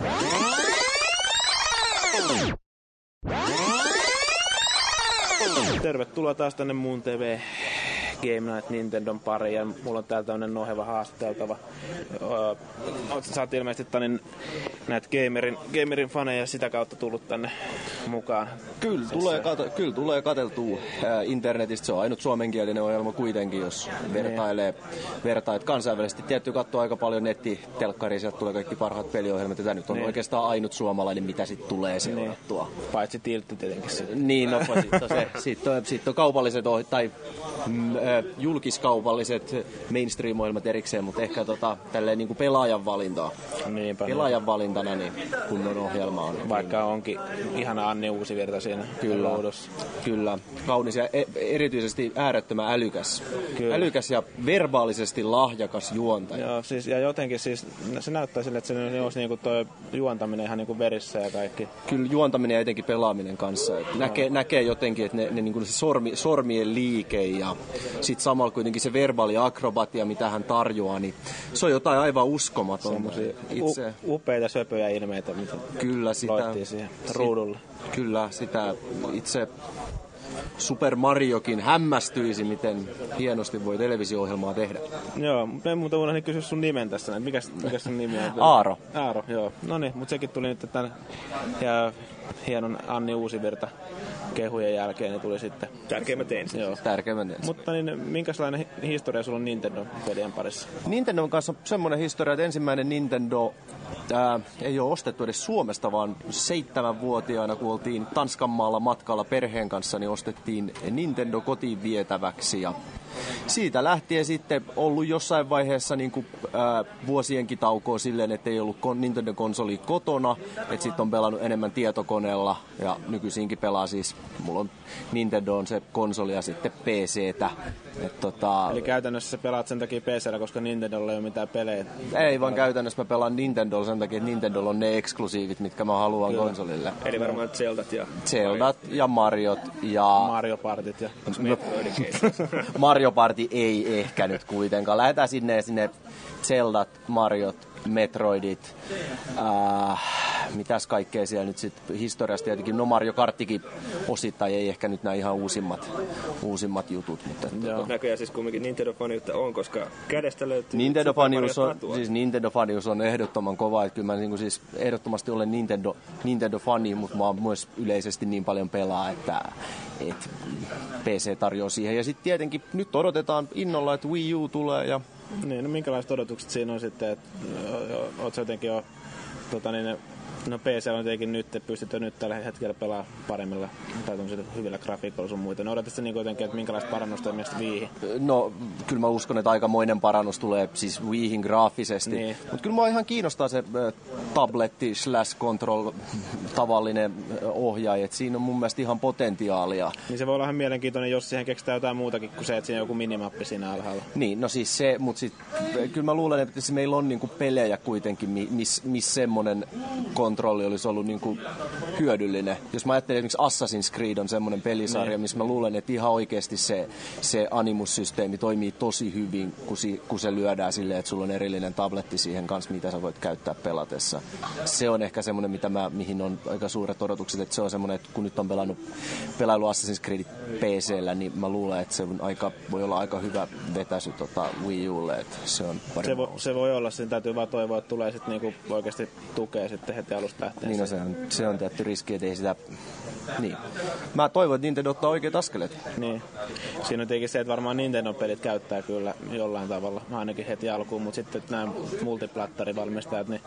Tervetuloa taas tänne Muun T V Game Night Nintendon pariin ja mulla on täällä tämmönen noheva haastateltava. Sä oot ilmeisesti tänne näitä gamerin, gamerin faneja sitä kautta tullut tänne mukaan. Kyllä tulee, kat- kyllä tulee katseltua internetistä. Se on ainut suomenkielinen ohjelma kuitenkin, jos vertailee vertait kansainvälisesti. Tietty katsoo aika paljon nettitelkkaria, sieltä tulee kaikki parhaat peliohjelmat. Ja tämä nyt on niin. Oikeastaan ainut suomalainen, mitä sitten tulee seurattua. Niin. Paitsi Tiltti tietenkin sitten. Niin, no sitten on, se, sit on, sit on kaupalliset oh- tai mm, julkiskaupalliset mainstream-ohjelmat erikseen, mutta ehkä tota, tälleen niin kuin pelaajan valintaa. Niinpä. Pelaajan valintana niin kunnon ohjelma on. Vaikka niin. Onkin ihana Anni Uusivirta siinä kyllä, loudossa. Kyllä, kaunis ja e- erityisesti äärettömän älykäs. Kyllä. Älykäs ja verbaalisesti lahjakas juontaja. Joo, siis, ja jotenkin siis, se näyttää sille, että se olisi niinku toi juontaminen ihan niinku verissä ja kaikki. Kyllä juontaminen ja etenkin pelaaminen kanssa. Näkee, näkee jotenkin, että ne, ne, niinku se sormi, sormien liike ja sitten samalla kuitenkin se verbaali akrobatia, mitä hän tarjoaa, niin se on jotain aivan uskomatonta. Itse... U- upeita söpöjä ilmeitä, mitä kyllä, sitä, loittiin siihen ruudulle. Kyllä, sitä itse Super Mariokin hämmästyisi, miten hienosti voi televisio-ohjelmaa tehdä. Joo, mutta en muuta voida kysyä sun nimen tässä. Mikäs, mikäs sun nimi on? Aaro. Aaro, joo. No niin, mutta sekin tuli nyt tämän ja hienon Anni Uusivirta kehujen jälkeen, niin tuli sitten tärkeimmät ensin. Joo. Tärkeimmät ensin. Mutta niin, minkälainen historia sulla on Nintendo-pelien parissa? Nintendon kanssa on semmoinen historia, että ensimmäinen Nintendo ää, ei ole ostettu edes Suomesta, vaan seitsemänvuotiaana, kun oltiin Tanskanmaalla matkalla perheen kanssa, niin ostettiin Nintendo kotiin vietäväksi. Ja siitä lähtien sitten ollut jossain vaiheessa niin kuin, ää, vuosienkin taukoa silleen, että ei ollut Nintendo-konsoli kotona, että sitten on pelannut enemmän tietokoneella ja nykyisinkin pelaa siis, mulla on Nintendo on se konsoli ja sitten P C:tä. Et, tota, Eli käytännössä sä pelaat sen takia P C:llä, koska Nintendolla ei ole mitään pelejä? Ei, vaan käytännössä mä pelaan Nintendolla sen takia, että Nintendolla on ne eksklusiivit, mitkä mä haluan Kyllä. konsolille. Eli varmaan Zeldat ja Zeldat ja Mariot ja Mario Partit ja Mario Mario Party ei ehkä nyt kuitenkaan. Lähdetään sinne sinne Zeldat, Mariot, Metroidit, äh, mitäs kaikkea siellä nyt sitten historiasta tietenkin. No Mario Karttikin osittain, ei ehkä nyt nämä ihan uusimmat, uusimmat jutut. Mutta Joo. Näköjään siis kumminkin Nintendo-faniutta on, koska kädestä löytyy Nintendo-fanius on, siis Nintendo-fanius on ehdottoman kova, että kyllä mä niin siis ehdottomasti olen Nintendo, Nintendo-fani, mutta mä oon myös yleisesti niin paljon pelaa, että, että P C tarjoaa siihen. Ja sitten tietenkin nyt odotetaan innolla, että Wii U tulee ja niin, no minkälaiset odotukset siinä on sitten, että ootko jotenkin jo, tota niin, no P C on jotenkin nyt, pystytty nyt tällä hetkellä pelaamaan paremmilla tai hyvillä grafiikoilla sun muita. No odotatko niin jotenkin, että minkälaista parannusta on mielestä Wiihin? No kyllä mä uskon, että aikamoinen parannus tulee siis Wiihin graafisesti. Niin. Mutta kyllä mua ihan kiinnostaa se äh, tabletti slash control tavallinen äh, ohjaaja, että siinä on mun mielestä ihan potentiaalia. Niin se voi olla ihan mielenkiintoinen, jos siihen keksitään jotain muutakin kuin se, että siinä on joku minimappi siinä alhaalla. Niin, no siis se, mutta sit kyllä mä luulen, että meillä on niinku pelejä kuitenkin, missä mis semmonen kontrolli olisi ollut niinku hyödyllinen. Jos mä ajattelen, esimerkiksi Assassin's Creed on semmoinen pelisarja, niin. missä mä luulen, että ihan oikeasti se, se animussysteemi toimii tosi hyvin, kun, si, kun se lyödään silleen, että sulla on erillinen tabletti siihen kanssa, mitä sä voit käyttää pelatessa. Se on ehkä semmoinen, mitä mä, mihin on aika suuret odotukset, että se on semmoinen, että kun nyt on pelannut, pelailu Assassin's Creed P C:llä, niin mä luulen, että se on aika, voi olla aika hyvä vetäisy tota Wii Ulle, että se on se, vo, se voi olla, sen täytyy vaan toivoa, että tulee sitten niinku oikeasti tukea sitten heti alusta lähtien. Niin, no se on, se on tietty riski, että ei sitä... Niin. Mä toivon, että Nintendo ottaa oikeat askeleet. Niin. Siinä on tietenkin se, että varmaan Nintendo-pelit käyttää kyllä jollain tavalla, ainakin heti alkuun, mutta sitten nämä multiplattarivalmistajat, niin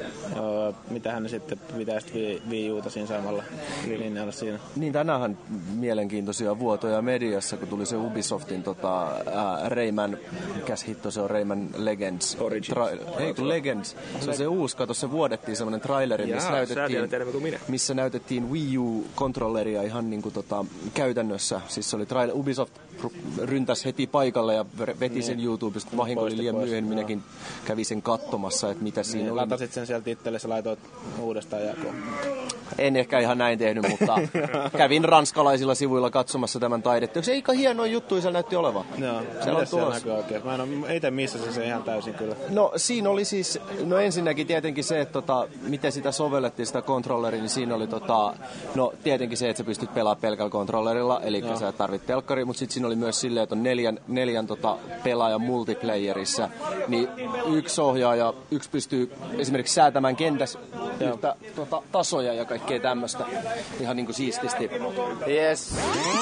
öö, mitähän ne sitten pitää sitten Wii Uta siinä samalla linjalla siinä. Niin, tänäänhän mielenkiintoisia vuotoja mediassa, kun tuli se Ubisoftin tota, ää, Rayman, mikäs hitto se on, Rayman Legends. Tra- ei kun Legends. Se on se uusi, kato se vuodettiin semmoinen traileri, missä Jaa, näytettiin, missä näytettiin Wii U-kontrolleria ihan niin kuin tota, käytännössä. Siis se oli trailer, Ubisoft ryntäsi heti paikalle ja veti niin. sen YouTubesta. Vahinko oli liian myöhemmin, minäkin kävin sen katsomassa, että mitä siinä niin, oli. Latasit sen sieltä itsellesi ja laitoit uudestaan jakoon. En ehkä ihan näin tehnyt, mutta kävin ranskalaisilla sivuilla katsomassa tämän taideteoksen. Eikö hienoja juttuja siellä näytti olevan? Joo, se on siellä näkyy oikein. Mä en ole itse missasin se ihan täysin kyllä. No siinä oli siis, no ensinnäkin tietenkin se, että tota, miten sitä sovellettiin sitä kontrolleria, niin siinä oli tota, no tietenkin se, että sä pystyt pelaamaan pelkällä kontrollerilla, eli Joo. sä tarvit telkkari, mutta sitten siinä oli myös silleen, että on neljän, neljän tota, pelaajan multiplayerissa, niin yksi ohjaaja, yksi pystyy esimerkiksi säätämään kentässä yhtä tota, tasoja ja kaikkea tämmöistä. Ihan niinku siististi. Yes.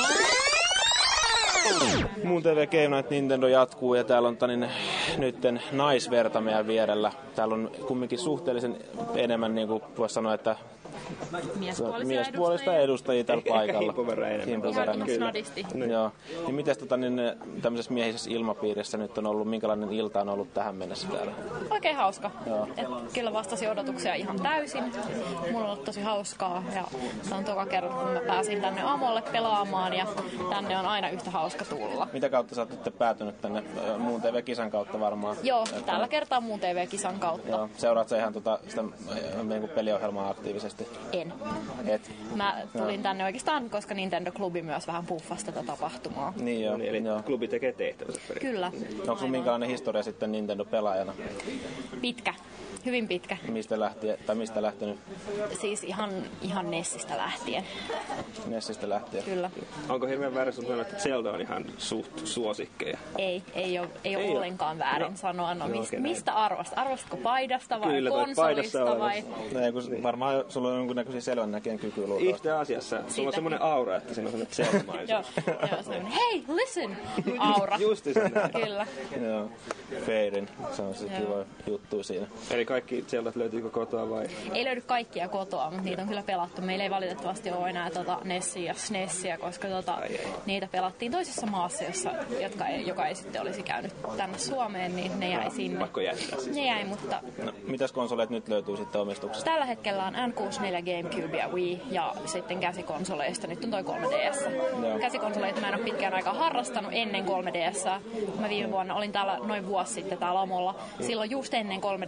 Muun T V Game Night Nintendo jatkuu ja täällä on tanin, nytten naisverta meidän vierellä. Täällä on kumminkin suhteellisen enemmän, niin kuin voisi sanoa, että miespuolisia, miespuolista edustajia, edustajia tällä paikalla. Ihan snadisti. Joo. Niin mites tota, niin, tämmöisessä miehisessä ilmapiirissä nyt on ollut, minkälainen ilta on ollut tähän mennessä täällä? Oikein hauska. Et kyllä vastasi odotuksia ihan täysin. Mulla on ollut tosi hauskaa ja se on toka kerta, kun mä pääsin tänne aamulle pelaamaan ja tänne on aina yhtä hauska tulla. Mitä kautta sä oot päätynyt tänne? Muun T V-kisan kautta varmaan? Joo, että tällä kertaa Muun T V-kisan kautta. Joo. Seuraat sä ihan tota, sitä niin peliohjelmaa aktiivisesti? En. Et. Mä tulin no. tänne oikeastaan, koska Nintendo-klubi myös vähän puffasi tätä tapahtumaa. Niin joo. Niin, eli joo. klubi tekee tehtävänsä. Kyllä. Onko sun minkälainen historia sitten Nintendo-pelaajana? Pitkä. Hyvin pitkä. Mistä lähtien, tai mistä lähtenyt? Siis ihan, ihan Nessistä lähtien. Nessistä lähtien? Kyllä. Onko hirveän väärin sun sanoa, että Zelda on ihan suht suosikkeja? Ei, ei ole, ei ole ei ollenkaan ole. väärin no. sanoa. No, no mis, mistä arvastat? Arvastatko paidasta vai Kyllä, konsolista vai? No, kun niin. Varmaan sulla on jonkunnäköisiä selvänäköjen kykyä luultavasti. Itse asiassa. Sulla on semmoinen aura, että siinä on semmoinen Zelda-maisuus. Joo, joo, semmoinen hei, listen! Aura. Justi sen. Kyllä. Joo, Feirin. Se on se kiva juttu siinä. Eli kaikki Zeldat löytyykö kotoa vai? Ei löydy kaikkia kotoa, mutta niitä on kyllä pelattu. Meillä ei valitettavasti ole enää tota Nessia ja SNESiä, koska tota, ai, ai. niitä pelattiin toisessa maassa, jossa, jotka ei, joka ei sitten olisi käynyt tänne Suomeen, niin ne jäi sinne. Pakko jättää siis. Ne jäi, mutta... No, mitäs konsoleet nyt löytyy sitten omistuksesta? Tällä hetkellä on N kuusikymmentäneljä, GameCube ja Wii, ja sitten käsikonsoleista nyt on toi kolme D S. Joo. Käsikonsoleita mä en ole pitkään aikaa harrastanut ennen kolme D S. Mä viime vuonna olin täällä noin vuosi sitten täällä Amolla. Silloin just ennen kolme D S:n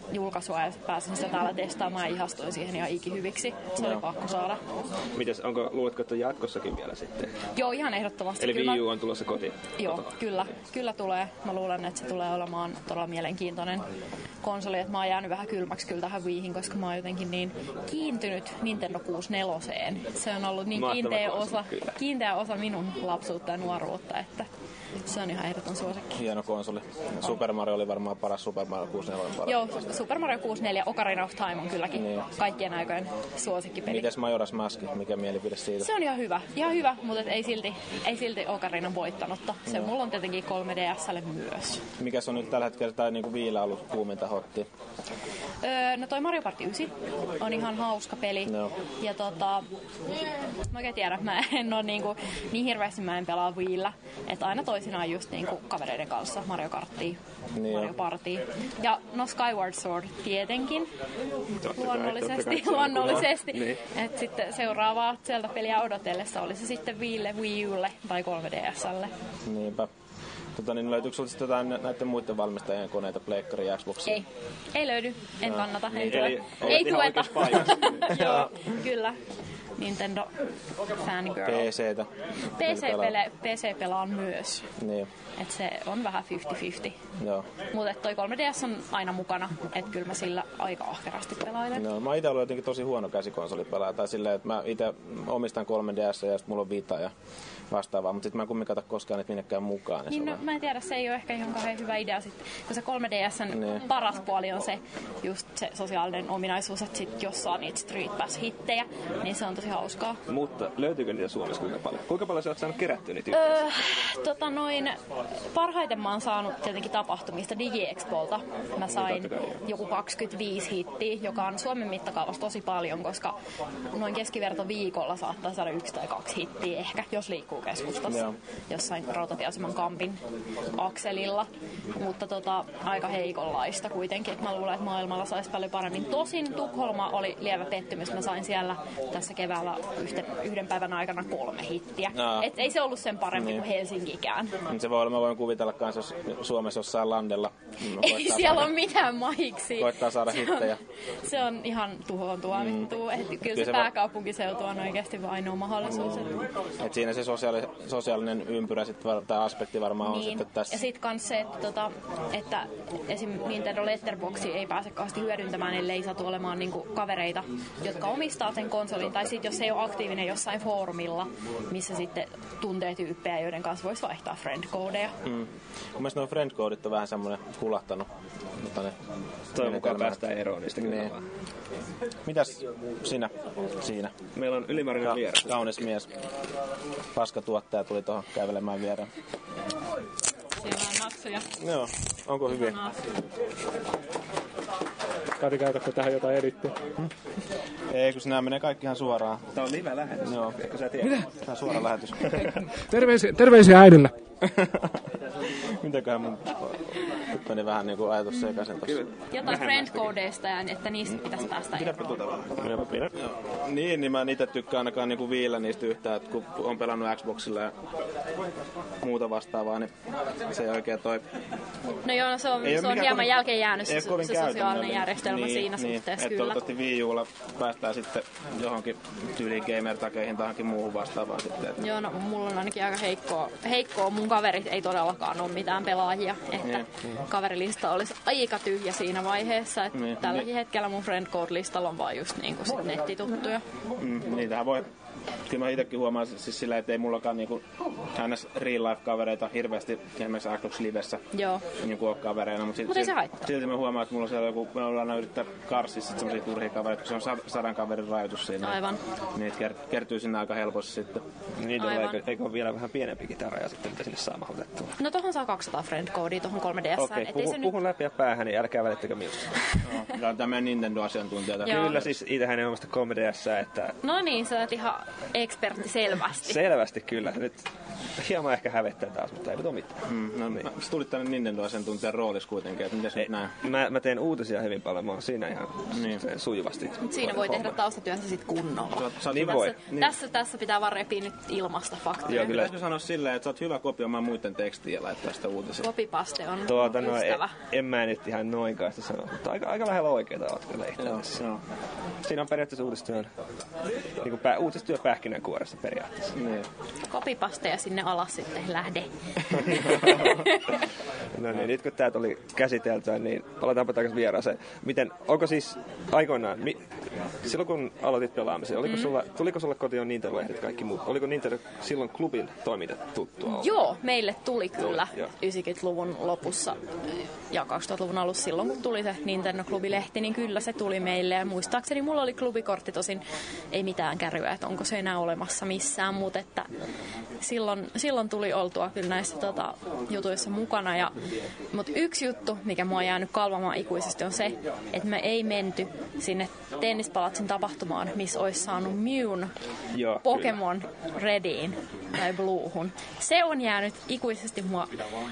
julkaisua ja pääsin sitä täällä testaamaan ja ihastuin siihen ihan ikihyviksi. Se oli pakko saada. Mites, onko, luuletko, että jatkossakin vielä sitten? Joo, ihan ehdottomasti. Eli kyllä. Wii U on tulossa kotiin? Joo, Koto. kyllä. Kyllä tulee. Mä luulen, että se tulee olemaan todella mielenkiintoinen konsoli. Että mä oon jäänyt vähän kylmäksi kyllä tähän Wiihin, koska mä oon jotenkin niin kiintynyt Nintendo kuusikymmentäneljä. Se on ollut niin kiinteä osa, kiinteä osa minun lapsuutta ja nuoruutta, että se on ihan ehdoton suosikki. Hieno konsoli. Super Mario oli varmaan paras Super Mario kuusikymmentäneljä. Paras. Joo, Super Mario kuusikymmentäneljä, Ocarina of Time on kylläkin niin. kaikkien aikojen suosikkipeli. Mites Majora's Mask? Mikä mielipide siitä? Se on ihan hyvä. Ihan hyvä, mutta ei silti, ei silti Ocarinan voittanutta. Se no. mulla on tietenkin kolme D S:lle myös. Mikäs on nyt tällä hetkellä tai niinku Viillä ollut kuuminta hotti? Öö, no toi Mario Party yhdeksän on ihan hauska peli. No. Ja tota, mä oikein tiedän, mä en oo niinku, niin hirveästi mä en pelaa Viillä. Että aina toisinaan just niinku kavereiden kanssa Mario Karttia, niin Mario Party. Ja no Skyward Sword tietenkin. Totta luonnollisesti. Kai, luonnollisesti. Niin. Et sitten seuraavaa sieltä peliä odotellessa oli se sitten Viille, Wii Ulle tai kolme D S:lle. Niinpä. Tota, niin löytyykö sinulla sitten jotain näiden muiden valmistajien koneita, Pleikkari ja Xboxia? Ei, ei löydy. En no. kannata. Niin, en eli, ei tueta. Joo, kyllä. Nintendo Fangirl. P C:tä. P C-pele, P C pelaan myös. Niin. Et se on vähän viisikymmentä viisikymmentä. Joo. Mutta toi kolme D S on aina mukana, että kyllä mä sillä aika ahkerasti pelailen. No, mä oon ite ollut jotenkin tosi huono käsikonsolipelaaja. Tai silleen, että mä ite omistan kolme D S ja sit mulla on Vita ja vastaavaa, mutta sit mä en kumminkaan ota koskaan niitä minnekään mukaan. Niin no, mä en tiedä, se ei ole ehkä ihan kauhean hyvä idea sit, kun se kolme D S:n niin. paras puoli on se, just se sosiaalinen ominaisuus, että sit jos saa niitä Street Pass-hittejä, niin se on tosi hauskaa. Mutta löytyykö niitä Suomessa kuinka paljon? Kuinka paljon sä oot saanut kerättyä niitä öö, tota noin, parhaiten mä oon saanut tietenkin tapahtumista DigiExpolta. Mä sain niin, joku kaksikymmentäviisi hittiä, joka on Suomen mittakaavassa tosi paljon, koska noin keskiverto viikolla saattaa saada yksi tai kaksi hittiä ehkä, jos liikkuu keskustassa. Joo. Jossain rautatieaseman kampin akselilla. Mutta tota, aika heikonlaista kuitenkin. Mä luulen, että maailmalla saisi paljon paremmin. Tosin Tukholma oli lievä pettymys. Mä sain siellä tässä keväällä yhden, yhden päivän aikana kolme hittiä. No. Et ei se ollut sen parempi niin. kuin Helsingikään. Se voi olla, mä voin kuvitella kanssa, jos Suomessa jossain landella. Ei siellä ole mitään mahiksi. Koittaa saada se hittejä. On, se on ihan tuhoon tuomittu. Mm. Kyllä, kyllä se, se pääkaupunkiseutu on oikeasti ainoa mahdollisuus. Mm. Et siinä se sosiaali, sosiaalinen ympyrä sit, tai aspekti varmaan niin. on sitten tässä. Ja sitten kans se, että, tota, että esim. Nintendo Letterboxi ei pääse kauheasti hyödyntämään, ellei satu olemaan niinku kavereita, jotka omistaa sen konsolin. Tai sitten jos ei ole aktiivinen jossain foorumilla, missä sitten tuntee tyyppejä, joiden kanssa voisi vaihtaa friend-koodeja. Mm. Mun mielestä nuo friend-koodit on vähän semmoinen kulahtanut. Mutta ne toivon mukaan päästään eroon niistä kyllä niin. vaan. Mitäs sinä siinä? Meillä on ylimääräinen Ka- vieras. Kaunis mies. Paskatuottaja tuli tuohon kävelemään viereen. Siellä on natsuja. Joo, onko hyviä? Kati, käytätkö tähän jotain edittiä? Hmm? Ei, kun sinä menee kaikki ihan suoraan. Tää on live-lähetys. Joo. Eikö sä tiedä? Mitä? Tää on suora lähetys. terveisiä, terveisiä äidille. Mitäköhän mun nyt meni vähän niinku ajatus sekaisin tossa. Jotain friend-koodeista ja että niistä pitäisi päästä eroon. Tuota vähän. Niin, niin mä en ite tykkää ainakaan niinku viillä niistä yhtään, että kun on pelannut Xboxilla ja muuta vastaavaa, niin se ei oikein toi... No joo, no se on, se on hieman jälkeen jäänyt se, se sosiaalinen järjestelmä niin, siinä niin, suhteessa, kyllä. Toivottavasti Wii Ulla päästään sitten johonkin tyyliin gamer-takeihin tai johonkin muuhun vastaavaan sitten. Että... Joo, no mulla on ainakin aika heikkoa. heikkoa. Mun kaverit ei todellakaan ole mitään pelaajia, että niin, niin. kaverilista olisi aika tyhjä siinä vaiheessa, että niin, tälläkin niin. hetkellä mun friend code-listalla on vaan just niinku sit nettituttuja. Mm, niitähän voi... Kyllä mä itekin huomaan siis sillä, että ei mullakaan niinku ns real life kavereita hirveästi esimerkiksi Xbox Livessä niinku ole kavereina, mutta Mut silti, silti mä huomaan, että mulla on siellä joku, me ollaan yrittää karsissa sit semmosia turhia kavereita, kun se on sadan kaverin rajoitus siinä. Aivan. Niitä ker- kertyy sinne aika helposti sitten. Niitä on, eikö, eikö ole vielä vähän pienempikin tämä raja sitten, mitä sinne saa mahdotettua? No tohon saa kaksisataa friend codea tohon kolme D S. Okei, okay, puhu, puhun nyt... läpi ja päähän, niin älkää välittäkö minusta. No, tämä on tämmöinen Nintendo-asiantuntija. Kyllä, siis itähän ei omasta kolme D S, että... No niin, sä oot ihan ekspertti selvästi. Selvästi kyllä. Nyt hieman ehkä hävettää taas, mutta ei ole mitään. Mm, no, niin. Sä tulit tänne Nintendo-asiantuntijan roolissa kuitenkin, että mitäs nyt näin? Mä, mä teen uutisia hyvin paljon, mä oon siinä ihan niin. sujuvasti. Mut siinä voi tehdä taustatyönsä sit kunnolla. Sä, sä niin tässä, voi. Niin. Tässä, tässä pitää vaan repiä nyt ilmasta faktoja. Joo, kyllä. Pitäisikö sanoa silleen, että sä oot hyvä kopioimaan muiden tekstiä ja laittaa sitä uutisia? Kopipaste on tuota, no, ystävä. En, en mä nyt ihan noinkaan sitä sano, mutta aika, aika lähellä oikeeta oot kyllä itse. Siinä on periaatteessa uutistyön, niin pää, uutistyö pähkinänkuoressa periaatteessa. Niin. Kopipasteja sinne alas sitten lähde. No niin, nyt kun tää tuli käsiteltyä, niin palataanpa takaisin vieraaseen. Miten, onko siis aikoinaan, mi, silloin kun aloitit pelaamisen, oliko mm. sulla, tuliko sulle kotiin Nintendo-lehdet kaikki muut? Oliko Nintendo silloin klubin toiminta tuttua? Joo, meille tuli kyllä Joo. yhdeksänkymmentäluvun lopussa ja kaksituhattaluvun alussa silloin, kun tuli se Nintendo-klubilehti, niin kyllä se tuli meille. Ja muistaakseni mulla oli klubikortti, tosin ei mitään kärryä, että onko se enää olemassa missään, mutta että silloin, silloin tuli oltua kyllä näissä tota, jutuissa mukana. Ja, mutta yksi juttu, mikä mua on jäänyt kalvamaan ikuisesti, on se, että me ei menty sinne Tennispalatsin tapahtumaan, missä olisi saanut Mewn Joo, Pokemon kyllä. Rediin tai Bluehun. Se on jäänyt ikuisesti mua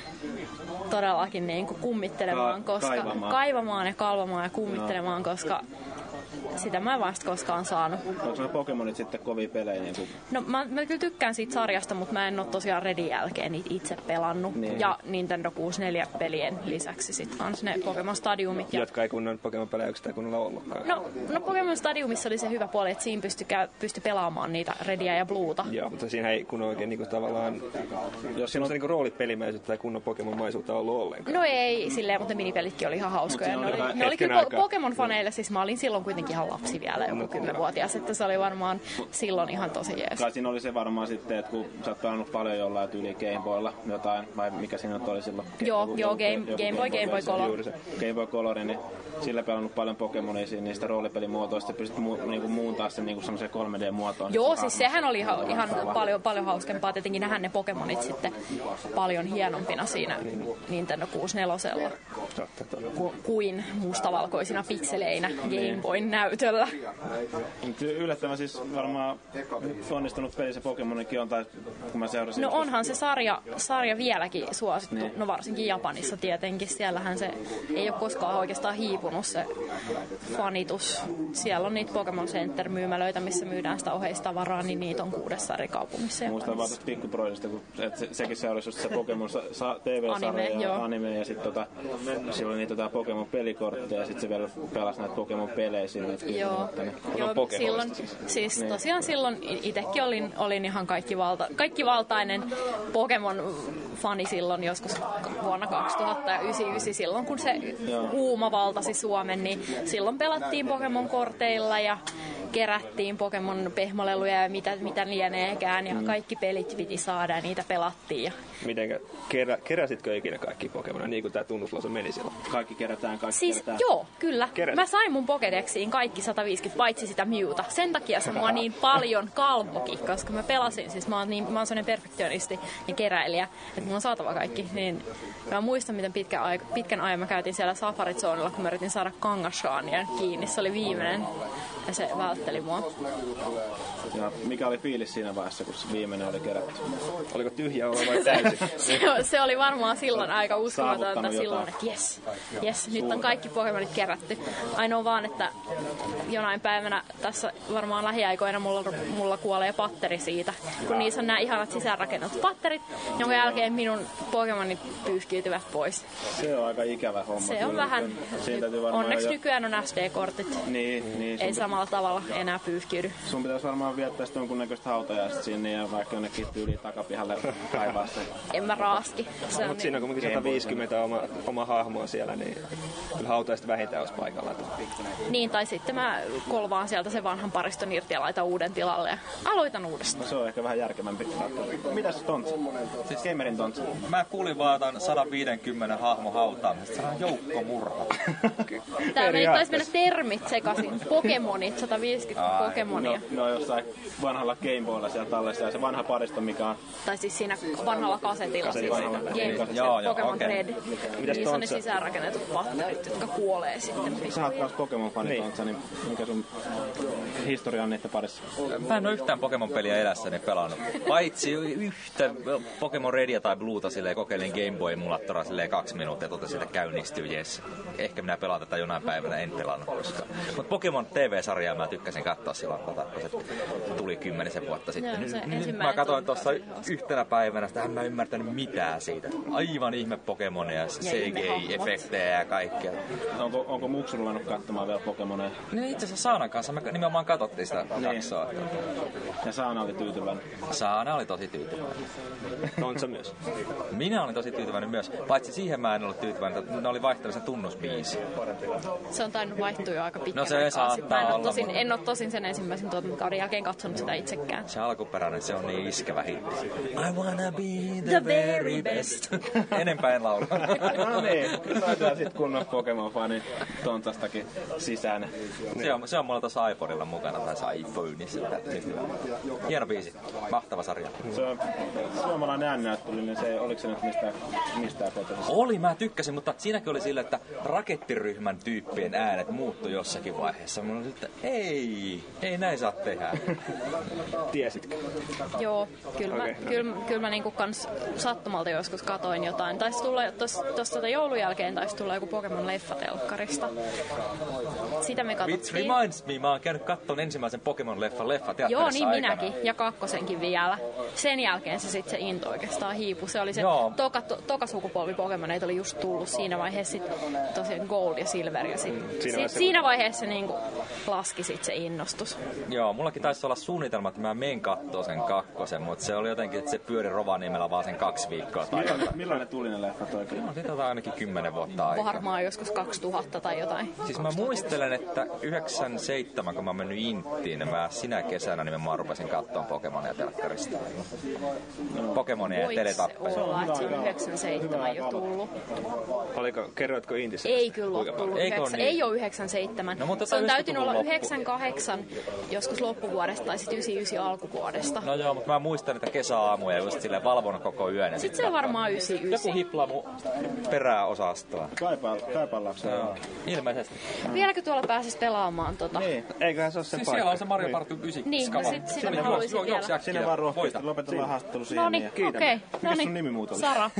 todellakin niin kuin kummittelemaan, Ka- koska kaivamaan. kaivamaan ja kalvamaan ja kummittelemaan, no. koska sitä mä en vasta koskaan saanut. Onko ne Pokemonit sitten kovia pelejä? Niin kuin... No mä, mä kyllä tykkään siitä sarjasta, mutta mä en ole tosiaan Redin jälkeen niitä itse pelannut. Niin. Ja Nintendo kuusikymmentäneljä-pelien lisäksi sitten kans ne Pokemon Stadiumit. Ja... Jotka ei kunnon Pokemon-pelejä yksistään kunnolla ollutkaan. No, no Pokemon Stadiumissa oli se hyvä puoli, että siinä pystyi, käy, pystyi pelaamaan niitä Redia ja Bluuta. Joo, mutta siinä ei kunnon oikein niinku tavallaan, jos siinä on niinku roolipelimäisyyttä tai kunnon Pokemon-maisuutta ollut ollenkaan. No ei silleen, mutta ne minipelitkin oli ihan hauskoja. Ne oli, ne oli kyllä po- Pokemon-faneille, siis mä olin silloin kuitenkin ihan lapsi vielä, joku kymmenvuotias, että se oli varmaan silloin ihan tosi jees. Kai siinä oli se varmaan sitten, että kun sä oot pelannut paljon jollain tyyli Game Boylla jotain, vai mikä siinä nyt oli silloin? Joo, joo, joo Game, Game Boy, Game Boy Color. Juuri se Game Boy Color, niin sillä pelannut paljon Pokemonia siinä niistä roolipelimuotoista ja pystyt mu, niinku muuntaa sen niinku semmoiseen kolme D-muotoon. Joo, siis sehän oli ihan, ihan paljon, paljon hauskempaa. Tietenkin nähdään ne Pokemonit sitten paljon hienompina siinä Nintendo kuusikymmentäneljä ku, kuin mustavalkoisina pikseleinä Game Boyn näytöllä. Yllättävän siis varmaan onnistunut peli se Pokemonikin on, tai kun mä seurasin. No onhan se sarja, sarja vieläkin suosittu, niin. No varsinkin Japanissa tietenkin. Siellähän se ei ole koskaan oikeastaan hiipunut se fanitus. Siellä on niitä Pokemon Center-myymälöitä, missä myydään sitä oheistavaraa, niin niitä on kuudessa eri kaupungissa. Muistan vaan tästä Pikkuproidista, kun et se, sekin seurasi just se Pokemon sa- T V-sarja anime, ja joo. anime, ja sitten tota, silloin niitä tota Pokemon pelikortteja, ja sitten se vielä pelasi näitä Pokemon pelejä sille. Joo, joo silloin, siis niin. Tosiaan silloin itsekin olin, olin ihan kaikkivalta, kaikkivaltainen Pokemon-fani silloin joskus vuonna kaksituhattayhdeksän, silloin kun se huuma valtasi Suomen, niin silloin pelattiin Pokemon-korteilla ja kerättiin Pokemon-pehmoleluja ja mitä, mitä lieneekään ja kaikki pelit piti saada ja niitä pelattiin. Ja... Mitenkä, kerä, keräsitkö ikinä kaikki Pokemonia niin kuin tämä tunnuslause meni silloin? Kaikki kerätään, kaikki siis, kerätään. Joo, kyllä. Keräsit. Mä sain mun Pokedexiin kaikki sata viisikymmentä, paitsi sitä Mewta. Sen takia se mua niin paljon kalvoki, koska mä pelasin, siis mä oon, niin, mä oon sellainen perfektionisti ja keräilijä, että mun on saatava kaikki. Niin mä muistan, miten pitkä aika, pitkän ajan mä käytin siellä Safari Zonella, kun mä yritin saada Kangaskhaania kiinni. Se oli viimeinen ja se vältteli mua. Ja mikä oli fiilis siinä vaiheessa, kun se viimeinen oli kerätty? Oliko tyhjä olo vai täysin? se, se oli varmaan silloin aika uskomatonta silloin, että jes, jes, nyt on kaikki Pokemonit kerätty. Ainoa vaan, että jonain päivänä tässä varmaan lähiaikoina mulla, mulla kuolee patteri siitä, kun niissä on nämä ihanat sisäänrakennut patterit, jonka jälkeen minun Pokemonit pyyhkiytyvät pois. Se on aika ikävä homma. Se on vähän. Onneksi jo... nykyään on S D-kortit. Niin, niin. Ei samalla tavalla enää pyyhkiydy. Sun pitäisi varmaan viettää sitten jonkunnäköistä hautajaista sinne ja vaikka jonnekin tyyliin takapihalle kaivaa sen. En mä raaski. Mutta niin. Siinä on kuitenkin sata viisikymmentä oma, oma hahmoa siellä, niin kyllä hautajaista vähintään olisi paikalla. Niin, tai sitten mä kolvaan sieltä sen vanhan pariston irti ja laitan uuden tilalle ja aloitan uudestaan. No, se on ehkä vähän järkevämpi. Mitäs Tontsa? Siis Gamerin Tontsa? Mä kuulin vaan tämän sata viisikymmentä hahmo hautaamisesta. Se on joukkomurha. Tää meni taisi mennä termit sekaisin. Pokemon Pokemonit, sata viisikymmentä Ai, Pokemonia. No, no jossain vanhalla Game Boylla siellä tallessa ja se vanha paristo, mikä on... Tai siis siinä vanhalla kasetilla, siis vanhalla. Game, joo, joo, Pokemon okay. Red. Niissä on ne sisäänrakennetut patterit, jotka kuolee sitten. Sä oot kans Pokemon-fani, niin. niin mikä sun historia on niiden parissa? Mä en oo yhtään Pokemon-peliä elässäni pelannut. Paitsi yhtä Pokemon Redia tai Blueta silleen kokeilin Game Boy-emulaattoraa silleen kaksi minuuttia, totesin, että käynnistyy, jes. Ehkä minä pelaan tätä jonain päivänä, en pelannut koskaan. Mutta Pokemon T V-sarjaa mä tykkäsin katsoa silloin, kun se tuli kymmenisen vuotta sitten. Joo, Nyt mä katsoin tuossa yhtenä päivänä, sitä en mä ymmärtänyt mitään siitä. Aivan ihme Pokemonia, C G I-efektejä ja kaikkea. Onko, onko muksu ruvennut katsomaan vielä Pokemoneja? No itse asiassa Saanan kanssa me nimenomaan katsottiin sitä niin. jaksoa. Ja Saana oli tyytyväinen? Saana oli tosi tyytyväinen. On se myös. Minä olin tosi tyytyväinen myös. Paitsi siihen mä en ollut tyytyväinen, että ne oli vaihtanut sen tunnusbiisi. Se on tainnut vaihtua jo aika pitkään. No se saattaa en olla. Tosin, en ole tosin sen ensimmäisen tuotantokauden jälkeen katsonut sitä itsekään. Se alkuperäinen, se on niin iskevä hitti. I wanna be the, the very best. Enempää en laula. No niin, laitaan sit kunnon Pokemon-fani tontastakin sisään. Niin. Se on, se on mulla tuossa iPodilla mukana, tai iPhoneissa. Hieno biisi, mahtava sarja. Se on suomalainen ääninäyttelyinen, se oliko se nyt mistään, mistään kotoisesta? Oli, mä tykkäsin, mutta siinäkin oli sillä, että rakettiryhmän tyyppien äänet muuttui jossakin vaiheessa. Mä olin, että ei, ei näin saa tehdä. Tiesitkö? Joo, kyllä okay. mä, kyllä, kyllä mä niinku kans sattumalta joskus katoin jotain. Taisi tulla tuossa tota joulun jälkeen, taisi tulla joku Pokemon-leffa telkkarista. Sitä me katsottiin. Which reminds me, mä oon käynyt katton ensimmäisen Pokemon-leffan leffa teatterissa Joo, niin aikana. minäkin. Ja kakkosenkin vielä. Sen jälkeen se sitten se into oikeastaan hiipui. Se oli se toka, to, toka sukupolvi Pokemoneita oli just tullut siinä vaiheessa sit, tosiaan Gold ja Silver. Ja sit, mm, siinä, sit, vaiheessa, siinä vaiheessa niinku laski sit se innostus. Joo, mullakin taisi olla suunnitelma, että mä menen kattoo sen kakkosen, mutta se oli jotenkin, että se pyöri Rovaniemellä vaan sen kaksi viikkoa. Tai milloin, milloin ne tuli ne leffat oikein? No, siitä on ainakin kymmenen vuotta aikaa. Varmaan joskus kaksituhatta tai jotain. Siis mä muistelen, että yhdeksänkymmentäseitsemän, kun mä mennyt Inttiin, niin mä sinä kesänä niin mä rupesin katsomaan Pokemonia telkkarista. Pokemonia ja Teletappeja. Voiko se olla, että se on yhdeksänkymmentäseitsemän jo tullut? Oliko, kerroitko Intissä? Ei kyllä ole tullut. Niin? Ei ole yhdeksänkymmentäseitsemän. No, mutta se on täytynyt olla loppu. yhdeksänkymmentäkahdeksan joskus loppuvuodesta tai sitten yhdeksänkymmentäyhdeksän alkuvuodesta. No joo, mutta mä muistan, että kesäaamuja just silleen valvonut koko yön. Sitten se on varmaan yhdeksänkymmentäyhdeksän. Joku hiplamu peräosastoa. Kaipaan lapsen. Ilmeisesti. Vieläkö tuolla pääsis pelaamaan tota? Niin, eiköhän se ole sen siis paikka. Siellä on se Mario Party yhdeksän. Niin, no sit sitä mä haluaisin vielä. Sinne vaan rohkeasti, lopetellaan haastattelu siihen. Noniin, okei. Mikäs sun nimi muut oli? Sara.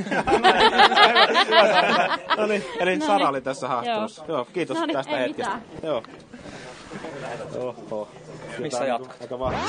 No niin, eli Sara oli tässä haastattelussa. Joo, kiitos Noniin, tästä ei hetkestä. mitään. Joo. Oho. Missä jatkat? Aika vahva.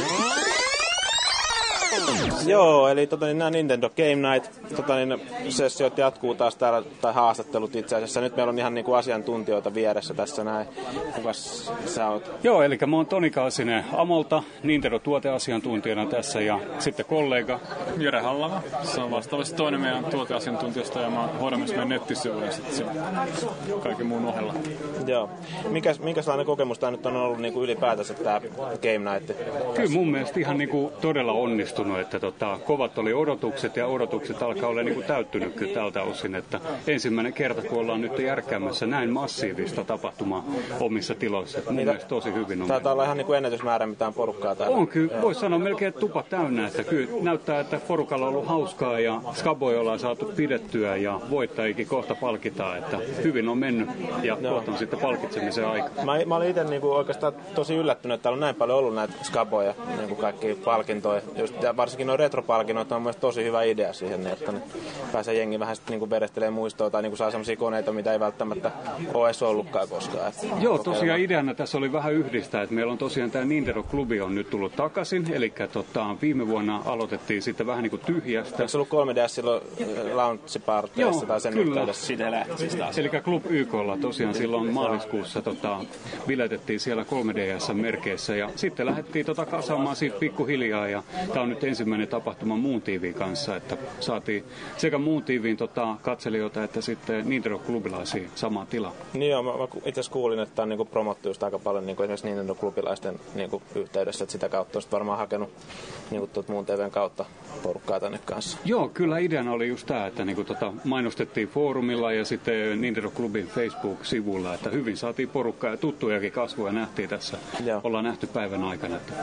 Joo, eli tota, niin, nämä Nintendo Game Night tota, niin, sessiot jatkuu taas täällä, tai haastattelut itse asiassa. Nyt meillä on ihan niin kuin asiantuntijoita vieressä tässä näin. Kukas sä oot? Joo, eli mä oon Toni Kaasinen Amolta, Nintendo-tuoteasiantuntijana tässä, ja sitten kollega Jere Hallava. Se on vastaavasti toinen meidän tuoteasiantuntijasta, ja mä hoidan myös meidän nettisivuja sitten kaiken muun ohella. Joo. Mikäs, minkälainen kokemus tämä nyt on ollut niin kuin ylipäätänsä tämä Game Night? Kyllä mun mielestä ihan niin kuin todella onnistunut, että tota, kovat oli odotukset ja odotukset alkaa olla niin kuin täyttynyt kyllä tältä osin, että ensimmäinen kerta kun ollaan nyt järkkäämässä näin massiivista tapahtumaa omissa tiloissa, että mun niin, mielestä tosi hyvin on. Taitaa olla ihan niin kuin ennätysmäärä mitään porukkaa täällä. On kyllä, voisi sanoa melkein että tupa täynnä, että kyllä näyttää, että porukalla on ollut hauskaa ja skaboja ollaan saatu pidettyä ja voittajikin kohta palkitaan, että hyvin on mennyt ja no. kohta on sitten palkitsemisen aika. Mä, mä olin itse niin kuin oikeastaan tosi yllättynyt, että täällä on näin paljon ollut näitä skaboja, niin kuin kaikki palkintoja. Just, ja varsinkin nuo retropalkinnot on myös tosi hyvä idea siihen, että ne pääsee jengi vähän sitten niin verestelemään muistoa tai niin saa sellaisia koneita, mitä ei välttämättä ole edes ollutkaan koskaan. Että joo, tosiaan ideana tässä oli vähän yhdistää, että meillä on tosiaan tämä Nintendo-klubi on nyt tullut takaisin, eli tota, viime vuonna aloitettiin sitten vähän niin kuin tyhjästä. Eikö se ollut kolme D S silloin launch-parteissa tai sen yhteydessä? Siitä lähti siis taas. Eli Club Y K:lla tosiaan silloin maaliskuussa tota, biletettiin siellä kolme D S-merkeissä ja sitten lähdettiin tota kasaamaan siitä pikkuhiljaa ja tämä on nyt nyt ensimmäinen tapahtuma Moon T V:n kanssa, että saatiin sekä Moon T V:n tota, katselijoita että sitten Nintendo-klubilaisia samaan tilaan. Niin joo, mä, mä itse asiassa kuulin, että on niinku promottu just aika paljon niinku esimerkiksi Nintendo-klubilaisten niinku yhteydessä, että sitä kautta on varmaan hakenut niinku tuot Moon T V:n kautta porukkaa tänne kanssa. Joo, kyllä ideana oli just tämä, että niinku tota, mainostettiin foorumilla ja sitten Nintendo-klubin Facebook-sivulla, että hyvin saatiin porukkaa ja tuttujakin kasvoja nähtiin tässä. Joo. Ollaan nähty päivän aikana. Että...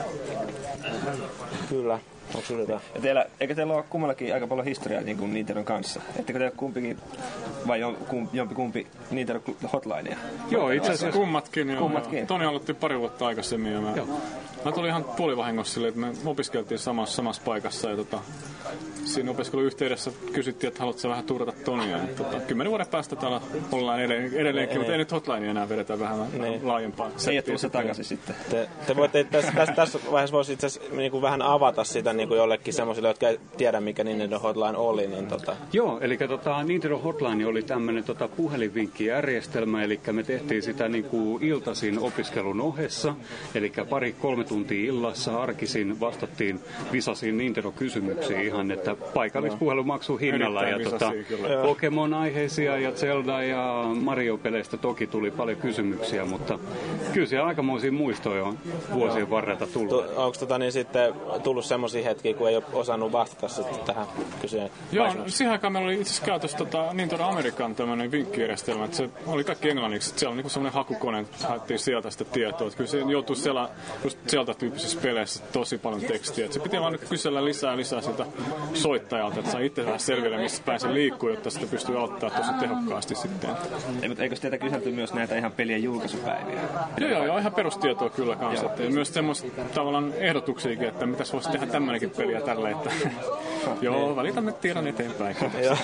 Kyllä. Onko sinulla jotain? Ja teillä, eikö teillä ole kummallakin aika paljon historiaa niin kuin Nintendon kanssa? Ettekö teillä kumpikin, vai jompi kumpi Nintendo Hotlinea? Joo, itse asiassa kummatkin. Jo, kummatkin. Toni aloitti pari vuotta aikaisemmin ja mä, mä tulin ihan puolivahingossa silleen, että me opiskeltiin samassa, samassa paikassa ja tota, siinä opiskeluyhteydessä kysyttiin, että haluatko vähän turata Tonia. Ja, tota, kymmenen vuoden päästä täällä ollaan edelleen, edelleenkin, mutta ei nyt Hotlinea enää vedetä vähän niin. laajempaa settiä. Ei tullut se takaisin sitten. Te, te voitte tässä, tässä, tässä vaiheessa voisi itse asiassa niin vähän avata sitä niin kuin jollekin semmoisille, jotka ei tiedä, mikä Nintendo Hotline oli. Niin tota. Joo, eli tota, Nintendo Hotline oli tämmöinen tota, puhelinvinkkijärjestelmä, eli me tehtiin sitä niin kuin iltaisin opiskelun ohessa, eli pari kolme tuntia illassa arkisin vastattiin visaisiin Nintendo-kysymyksiin ihan, että paikallispuhelumaksu hinnalla ja tota, Pokemon-aiheisia ja Zelda ja Mario-peleistä toki tuli paljon kysymyksiä, mutta kyllä siellä aikamoisia muistoja on vuosien varrelta tullut. Tu- Onko tota, niin sitten tullut semmoisia hetkiä, kun ei ole osannut vastata sitten tähän kysymykseen? Joo, no, siihen aikaan meillä oli itse asiassa käytössä tota, Nintendo American tämmöinen vinkkijärjestelmä, että se oli kaikki englanniksi, että siellä oli niinku semmoinen hakukone, että haettiin sieltä sitä tietoa, että kyllä se joutuu siellä, just sieltä tyyppisissä peleissä tosi paljon tekstiä, että se piti vaan nyt kysellä lisää lisää sitä soittajalta, että saa itse vähän selville, missä päin se liikkuu, jotta sitä pystyy auttamaan tosi tehokkaasti sitten. Ei, mutta eikö teitä kyselty myös näitä ihan pelien julkaisupäiviä? Joo, joo, joo, ihan perustietoa kyllä kanssa. Että myös semmoista tavallaan ehdotuksiakin, että mitäs voisi tehdä tämmöinenkin peliä tälle, että joo, välitämme tiedon eteenpäin.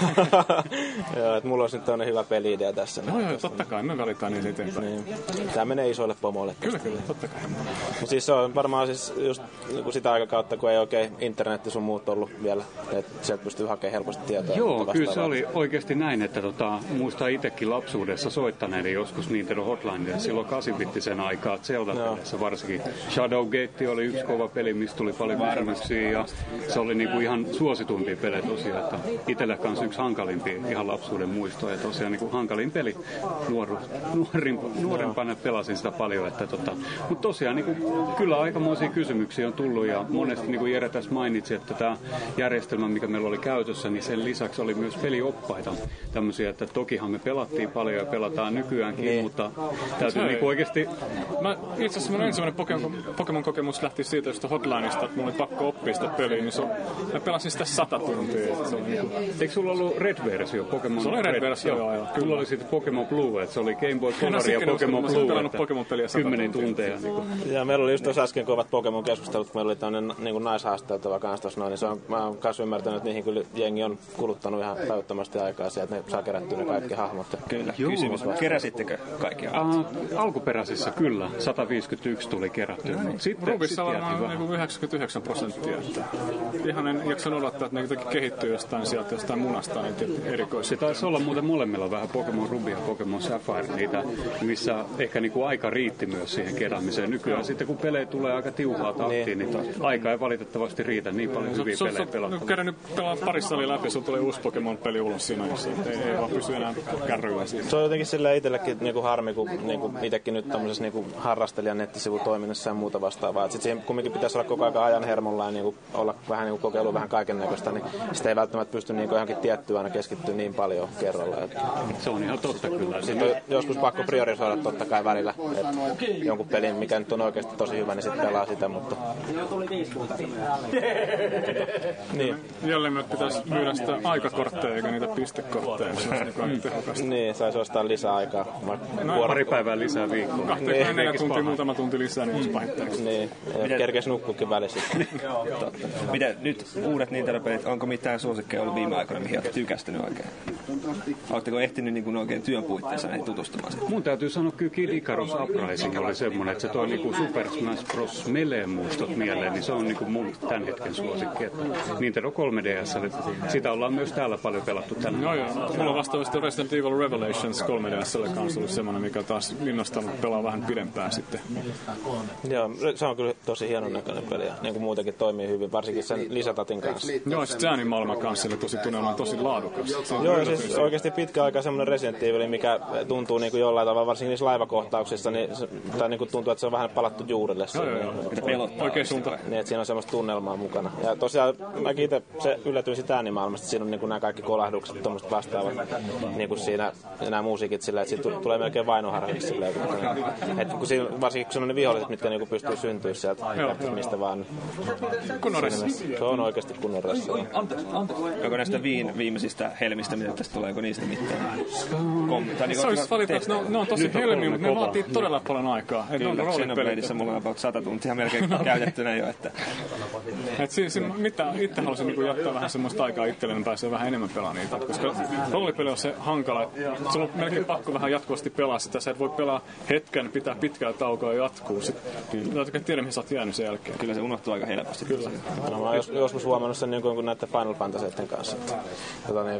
Joo, että mulla olisi nyt tämmöinen hyvä peli-idea tässä. Joo, joo, totta kai, me valitaan niitä eteenpäin. Niin. Tämä menee isoille pomoille. Kyllä, kyllä, totta kai. Mutta siis se on varmaan siis just niin sitä aikakautta, kun ei oikein internetti sun muut ollut vielä, että sieltä pystyy hakemaan helposti tietoa. Joo, kyllä se oli oikeasti näin, että tota, muistan itsekin lapsuudessa soittaneiden joskus Nintendo Hotlinea silloin kahdeksanbittisen aikaa Zelda-pelissä varsinkin. Shadowgate oli yksi kova peli, mistä tuli paljon kysymyksiä ja se oli niinku ihan suositumpia pelejä tosiaan, että itsellä kanssa yksi hankalimpia ihan lapsuuden muistoja ja tosiaan niinku hankalin peli nuoru, nuorin, nuorempana pelasin sitä paljon, että tota, mutta tosiaan niinku, kyllä aikamoisia kysymyksiä on tullut ja monesti niinku Jere tässä mainitsi, että tämä järjestelmä, mikä meillä oli käytössä, niin sen lisäksi oli myös pelioppaita tämmöisiä, että tokihan me pelattiin paljon ja pelataan nykyäänkin, niin. Mutta täytyy niinku oikeasti... Mä, itse asiassa mun ensimmäinen Pokemon, Pokemon-kokemus lähti siitä josta Hotlineista, että mulla oli pakko oppia sitä peliä, niin se on, mä pelasin sitä sata tuntia. Se on niinku... Eikö sulla ollut Red-versio? Pokemon se oli Red-versio, joo, joo. Kyllä oli sitten Pokemon Blue, että se oli Game Boy Color ja Pokemon Blue, että Pokemon-peliä kymmenen tunteja. Niin ja meillä oli just tuossa äsken kovat Pokemon-keskustelut, kun meillä oli tämmöinen niin naishaasteltava kanssa tuossa noin, niin se on, mä oon kanssa ymmärtänyt, että niihin kyllä jengi on kuluttanut ihan päyttämästi aikaa sieltä, että ne saa kerättyä ne kaikki hahmot. Kyllä, kysymys vasta. Keräsittekö kaikki hahmot? Uh, alkuperäisissä kyllä, sata viisikymmentäyksi tuli kerättyä. Rubissa varmaan niin yhdeksänkymmentäyhdeksän prosenttia. Että ihan en jaksan odottaa, että ne jotenkin kehittyy jostain sieltä, jostain munasta, niin erikoisesti. Se taisi olla muuten molemmilla vähän Pokemon Ruby ja Pokemon Sapphire, niitä, missä ehkä niinku aika riitti myös siihen keräämiseen. Nykyään sitten kun pelejä tulee aika tiuhaa tahtiin, niin, niin aika ei valitettavasti riitä niin paljon hyviä so, pelejä so, pelattavaa. Kerran nyt pelaa parissa oli läpi, sun tulee uusi Pokemon-peli ulos siinä, jos ei, ei vaan pysy enää kärryillä siitä. Se on jotenkin sillä itsellekin niinku harmi, kun niinku itsekin nyt tämmöisessä niinku harrastelijan nettisivutoiminnassa ja muuta vastaavaa. Sitten siihen kumminkin pitäisi olla koko ajan ajan hermolla ja niinku olla vähän niinku kokeilu vähän kaiken näköistä, niin sitä ei välttämättä pysty niinku johonkin tiettyä aina keskittyä niin paljon kerralla. Että se on ihan totta kyllä. Sitten on joskus pakko priorisoida totta kai välillä, että jonkun pelin, mikä nyt on oikeasti tosi hyvä, niin sitten pelaa sitä, mutta... niin. Jälleen me pitäisi myydä sitä aikakortteja eikä niitä pistekortteja, se olisi niin tehokasta. Niin, saisi ostaa lisää aikaa. No, pari päivää lisää viikkoa. kaksikymmentäneljä niin. tuntia, muutama tunti lisää, niin olisi pahitteeksi. Niin, ja kerkesi nukkuukin välissä. Miten nyt uudet Nintendo Nintendo-pelit, onko mitään suosikkeja ollut viime aikoina, mihin olette tykästynyt oikein? Oletteko ehtinyt niin kuin oikein työn puitteissa näihin tutustumaan? Mun täytyy sanoa, kyllä Kid Icarus Uprising oli semmoinen, että se toi niinku Super Smash Bros. Meleen muistot mieleen, niin se on niinku mun tämän hetken suosikki. Että Nintendo kolme D S, sitä ollaan myös täällä paljon pelattu tänään. No joo, mulla vastaavasti Resident Evil Revelations kolme D S:lle kanssa oli semmoinen, mikä taas innostanut pelaa vähän pidempään sitten. Joo, se on kyllä tosi hienon näköinen peli ja niin kuin muutenkin toimii hyvin, varsinkin sen lisätatin kanssa. Joo, sitten äänimaailma kanssa tosi tunnelma tosi laadukas. Joo, siis oikeasti pitkä aika semmoinen Resident Evil, mikä tuntuu niin kuin jollain tavalla, varsinkin niissä laivakohtauksissa, niin, tai niin kuin tuntuu, että se on vähän palattu juurille. Joo, joo, joo. Oikein suunta. Niin, että siinä on semmoista tunnelmaa mukana. Ja tosiaan mäkin itse se yllätyin sitä äänimaailmasta, että siinä on niin kuin nämä kaikki kolahdukset, tuommoiset vastaavat, niin kuin siinä, nämä musiikit silleen, että siitä tulee melkein vainoharhaksi silleen. Että kun siinä, varsinkin kun siinä on ne viholliset, mitkä niin kuin pystyy syntyä sieltä, mistä vaan. Kunnon ressi. Se on oikeasti kunnon ressi. Onko näistä viin, viimeisistä helmistä, mitä tästä tulee, onko niistä mitään? Kom- niin se olisi valitettavasti, ne, ne on tosi helmiä, mutta ne vaatii todella paljon aikaa. Kyllä, Xenobladeissa mulla on about sata tuntia melkein käytettynä jo. Että... Et si- si- mitä itse haluaisin niin jättää vähän semmoista aikaa itselleen, pääsee vähän enemmän pelaa niitä. Koska roolipeli on se hankala, että sulla on melkein pakko vähän jatkuvasti pelaa sitä. Sä et voi pelaa hetken, pitää pitkää taukoa ja jatkuu. Sitten ei tiedä, mihin sä oot jäänyt sen jälkeen. Kyllä se unohtuu aika helposti. Kyllä. No, mä oon jos, joskus huomannut sen niin kuin näiden Final Fantasyiden kanssa. Tota, niin,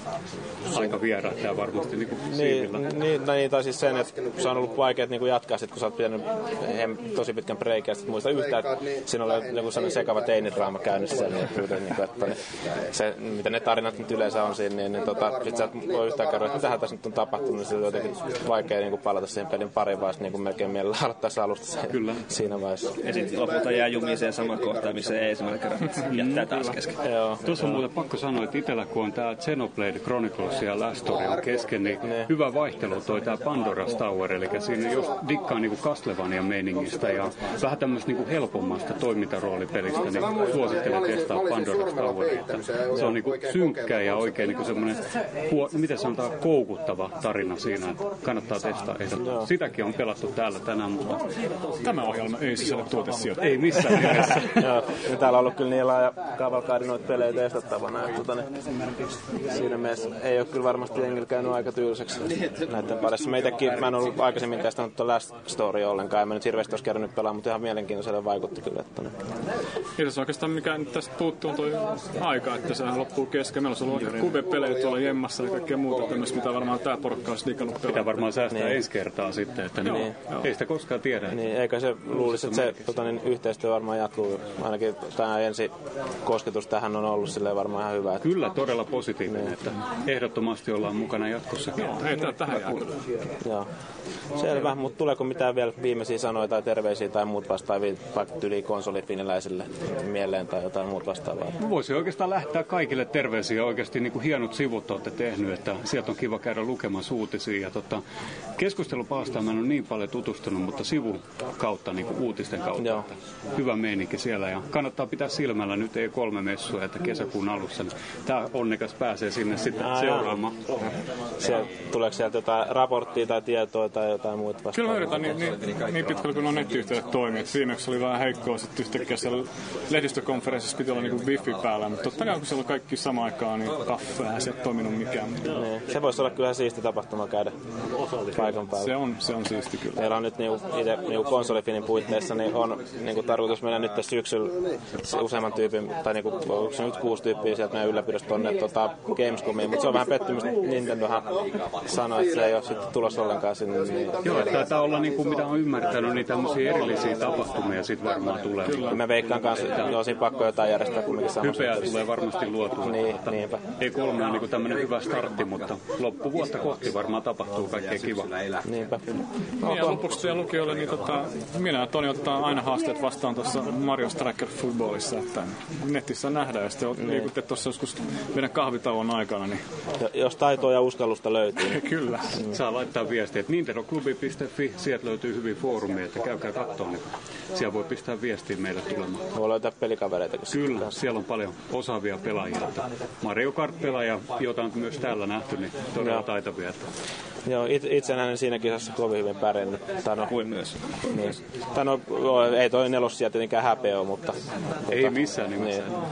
aika vierähtää varmasti niin kuin niin, niin, niin, tai siis sen, että se on ollut vaikea niin jatkaa sit, kun sä oot pitänyt tosi pitkän breikin, ja sit muista yhtään, että siinä oli joku sellainen sekava teinidraama käynnissä sen, niin, niin, että niin, se, mitä ne tarinat nyt yleensä on siinä, niin, niin tota, sit sä et voi yhtään kerran, että mitähän tässä nyt on tapahtunut, niin se on jotenkin vaikea niin kuin palata siihen pelin pariin, vaan niin melkein mielellä aloittaisi alusta se, Kyllä. siinä vaiheessa. Ja sitten lopulta jää jumiseen sama kohta, missä ei ensimmäinen kerran jättää taas kesken. Joo. Tuossa on muuten pakko sanoa, että itsellä kun on tää Xenoblade Chronicles ja Last Story on kesken, niin ne. Hyvä vaihtelu toi tää Pandora's Tower, eli siinä jos dikkaa niinku Castlevanian meiningistä ja vähän tämmöistä niinku helpommasta toimintaroolipelistä, niin suosittelen testaa Pandora's Toweria. Se on niinku synkkää ja oikein niinku semmoinen, miten sanotaan, koukuttava tarina siinä, että kannattaa testaa ehdottomasti. Sitäkin on pelattu täällä tänään, mutta tämä ohjelma ei sisällä tuotesijoita. Ei missään nimessä. Joo, ja täällä on ollut kyllä niin laaja kavalkaadi noita pelejä testattavana, että tota, niin, siinä mielessä ei ole kyllä varmasti jengillä käynyt aika tylsäksi näiden parissa. Meitäkin, mä en ollut aikaisemmin testannut tuon Last Story ollenkaan, en mä nyt hirveästi olisi kerännyt pelaa, mutta ihan mielenkiintoiselle vaikutti kyllä. Että niin. Ja tässä oikeastaan mikä nyt tästä puuttuu on toi aika, että sehän loppuu kesken. Meillä on ollut aika kube-pelejä tuolla jemmassa ja kaikkea muuta tämmöistä, mitä varmaan tää porukka olisi digannut pelaa. Pitää varmaan säästää niin. ensi kertaa sitten, että niin. Niin. Ei sitä koskaan tiedä. Niin, eikä se luulisi, että se tota, niin, yhteistyö varmaan jatkuu. Ainakin tämä ensi kosketus tähän on ollut silleen varmaan ihan hyvä. Että... Kyllä, todella positiivinen, niin. Että ehdottomasti ollaan mukana jatkossakin. Joo, ei tähän jää. Joo. Selvä, mutta tuleeko mitään vielä viimeisiä sanoja tai terveisiä tai muut vastaavia, vaikka tyli konsolifiniläisille mieleen tai jotain muut vastaavaa? Voisi oikeastaan lähteä kaikille terveisiä. Oikeasti niin kuin hienot sivut olette tehnyt, että sieltä on kiva käydä lukemassa uutisia. Ja tota, keskustelupalstaan mä en ole niin paljon tutustunut, mutta sivun kautta, niin kuin uutisten kautta. Joo. Hyvä meininki siellä ja kannattaa pitää silmällä nyt E kolme -messua, että kesäkuun alussa. Niin tää onnekas pääsee sinne sitten Aa, seuraamaan. Siellä, tuleeko sieltä jotain raporttia tai tietoa tai jotain muuta vastaavaa? Kyllä mä yritän niin, niin, niin pitkälle kun on nettiyhteydet toimii. Viimeksi oli vähän heikkoa, sitten yhtäkkiä siellä lehdistökonferenssissa piti olla niin wifi päällä, mutta totta kai kun siellä on kaikki samaan aikaan, niin kaffeä, se ei toiminut mikään. Niin. Se voisi olla kyllä siisti tapahtuma käydä paikan päällä. Se on, se on siisti kyllä. Meillä on nyt niinku, itse niinku konsolifinin puitteissa niin on niinku tarkoitus mennä nyt tässä syksyllä useamman tyypin, tai niinku, onko se nyt kuusi tyyppiä sieltä meidän ylläpidosta tonne tota, Gamescomiin, mutta se on vähän pettymys. Nintendohan sanoi, että se ei ole sitten tulossa ollenkaan sinne. Niin... Joo, taitaa olla niin kuin mitä on ymmärtänyt, niin tämmöisiä erillisiä tapahtumia sitten varmaan tulee. Kyllä. Mä veikkaan kanssa, että on siinä pakko jotain järjestää kumminkin samassa. Hypeä tulee varmasti luotua. Niin, niinpä. E kolme on niin tämmöinen hyvä startti, mutta loppuvuotta kohti varmaan tapahtuu kaikkea kivaa. Niinpä. Niin ja lopuksi siellä lukijoille, niin tota, minä ja Toni ottaa aina haasteet vastaan tuossa Mario Striker Footballissa, että netissä nähdään ja sitten niin. Liikutte tuossa joskus meidän kahvitauon aikana. Niin... Jos taitoa ja uskallusta löytyy. Niin... Kyllä. Mm. Saa laittaa viestiä, että nintendoklubi piste fi, sieltä löytyy hyvin foorumia, että käykää katsomaan, niin siellä voi pistää viestiä meille tulemaan. Voi löytää pelikavereita. Kyllä, kanssa. Siellä on paljon osaavia pelaajia. Mario Kart-pelaaja, jota on myös täällä nähty, niin todella taitavia. Joo, itse näen siinä kisassa kovin hyvin pärjännyt. No, kuin myös. Niin. No, ei toi nelosia tietenkään häpeä ole, mutta... Ei mutta, missään nimessä. Niin.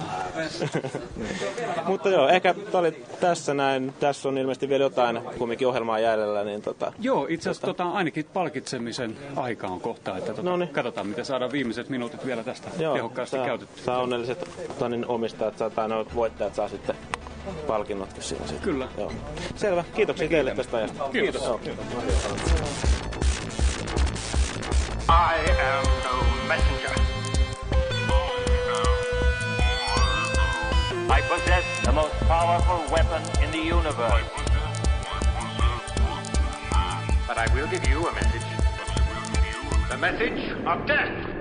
Mutta joo, ehkä oli tässä näin. Tässä on ilmeisesti vielä jotain kumminkin ohjelmaa jäljellä. Niin tota, joo, itse asiassa tota, ainakin palkitsemisen aika on kohta. Että tota, katsotaan, miten saadaan viimeiset minuutit vielä tästä joo, tehokkaasti saa, käytetty. Saa onnelliset tonin omistajat, saa, tai no, voittajat saa sitten palkinnotkin siinä. Sitten. Kyllä. Joo. Selvä. Kiitoksia teille tästä ajasta. Kiitos. Joo. I am no messenger. I possess the most powerful weapon in the universe. But I will give you a message. The message of death.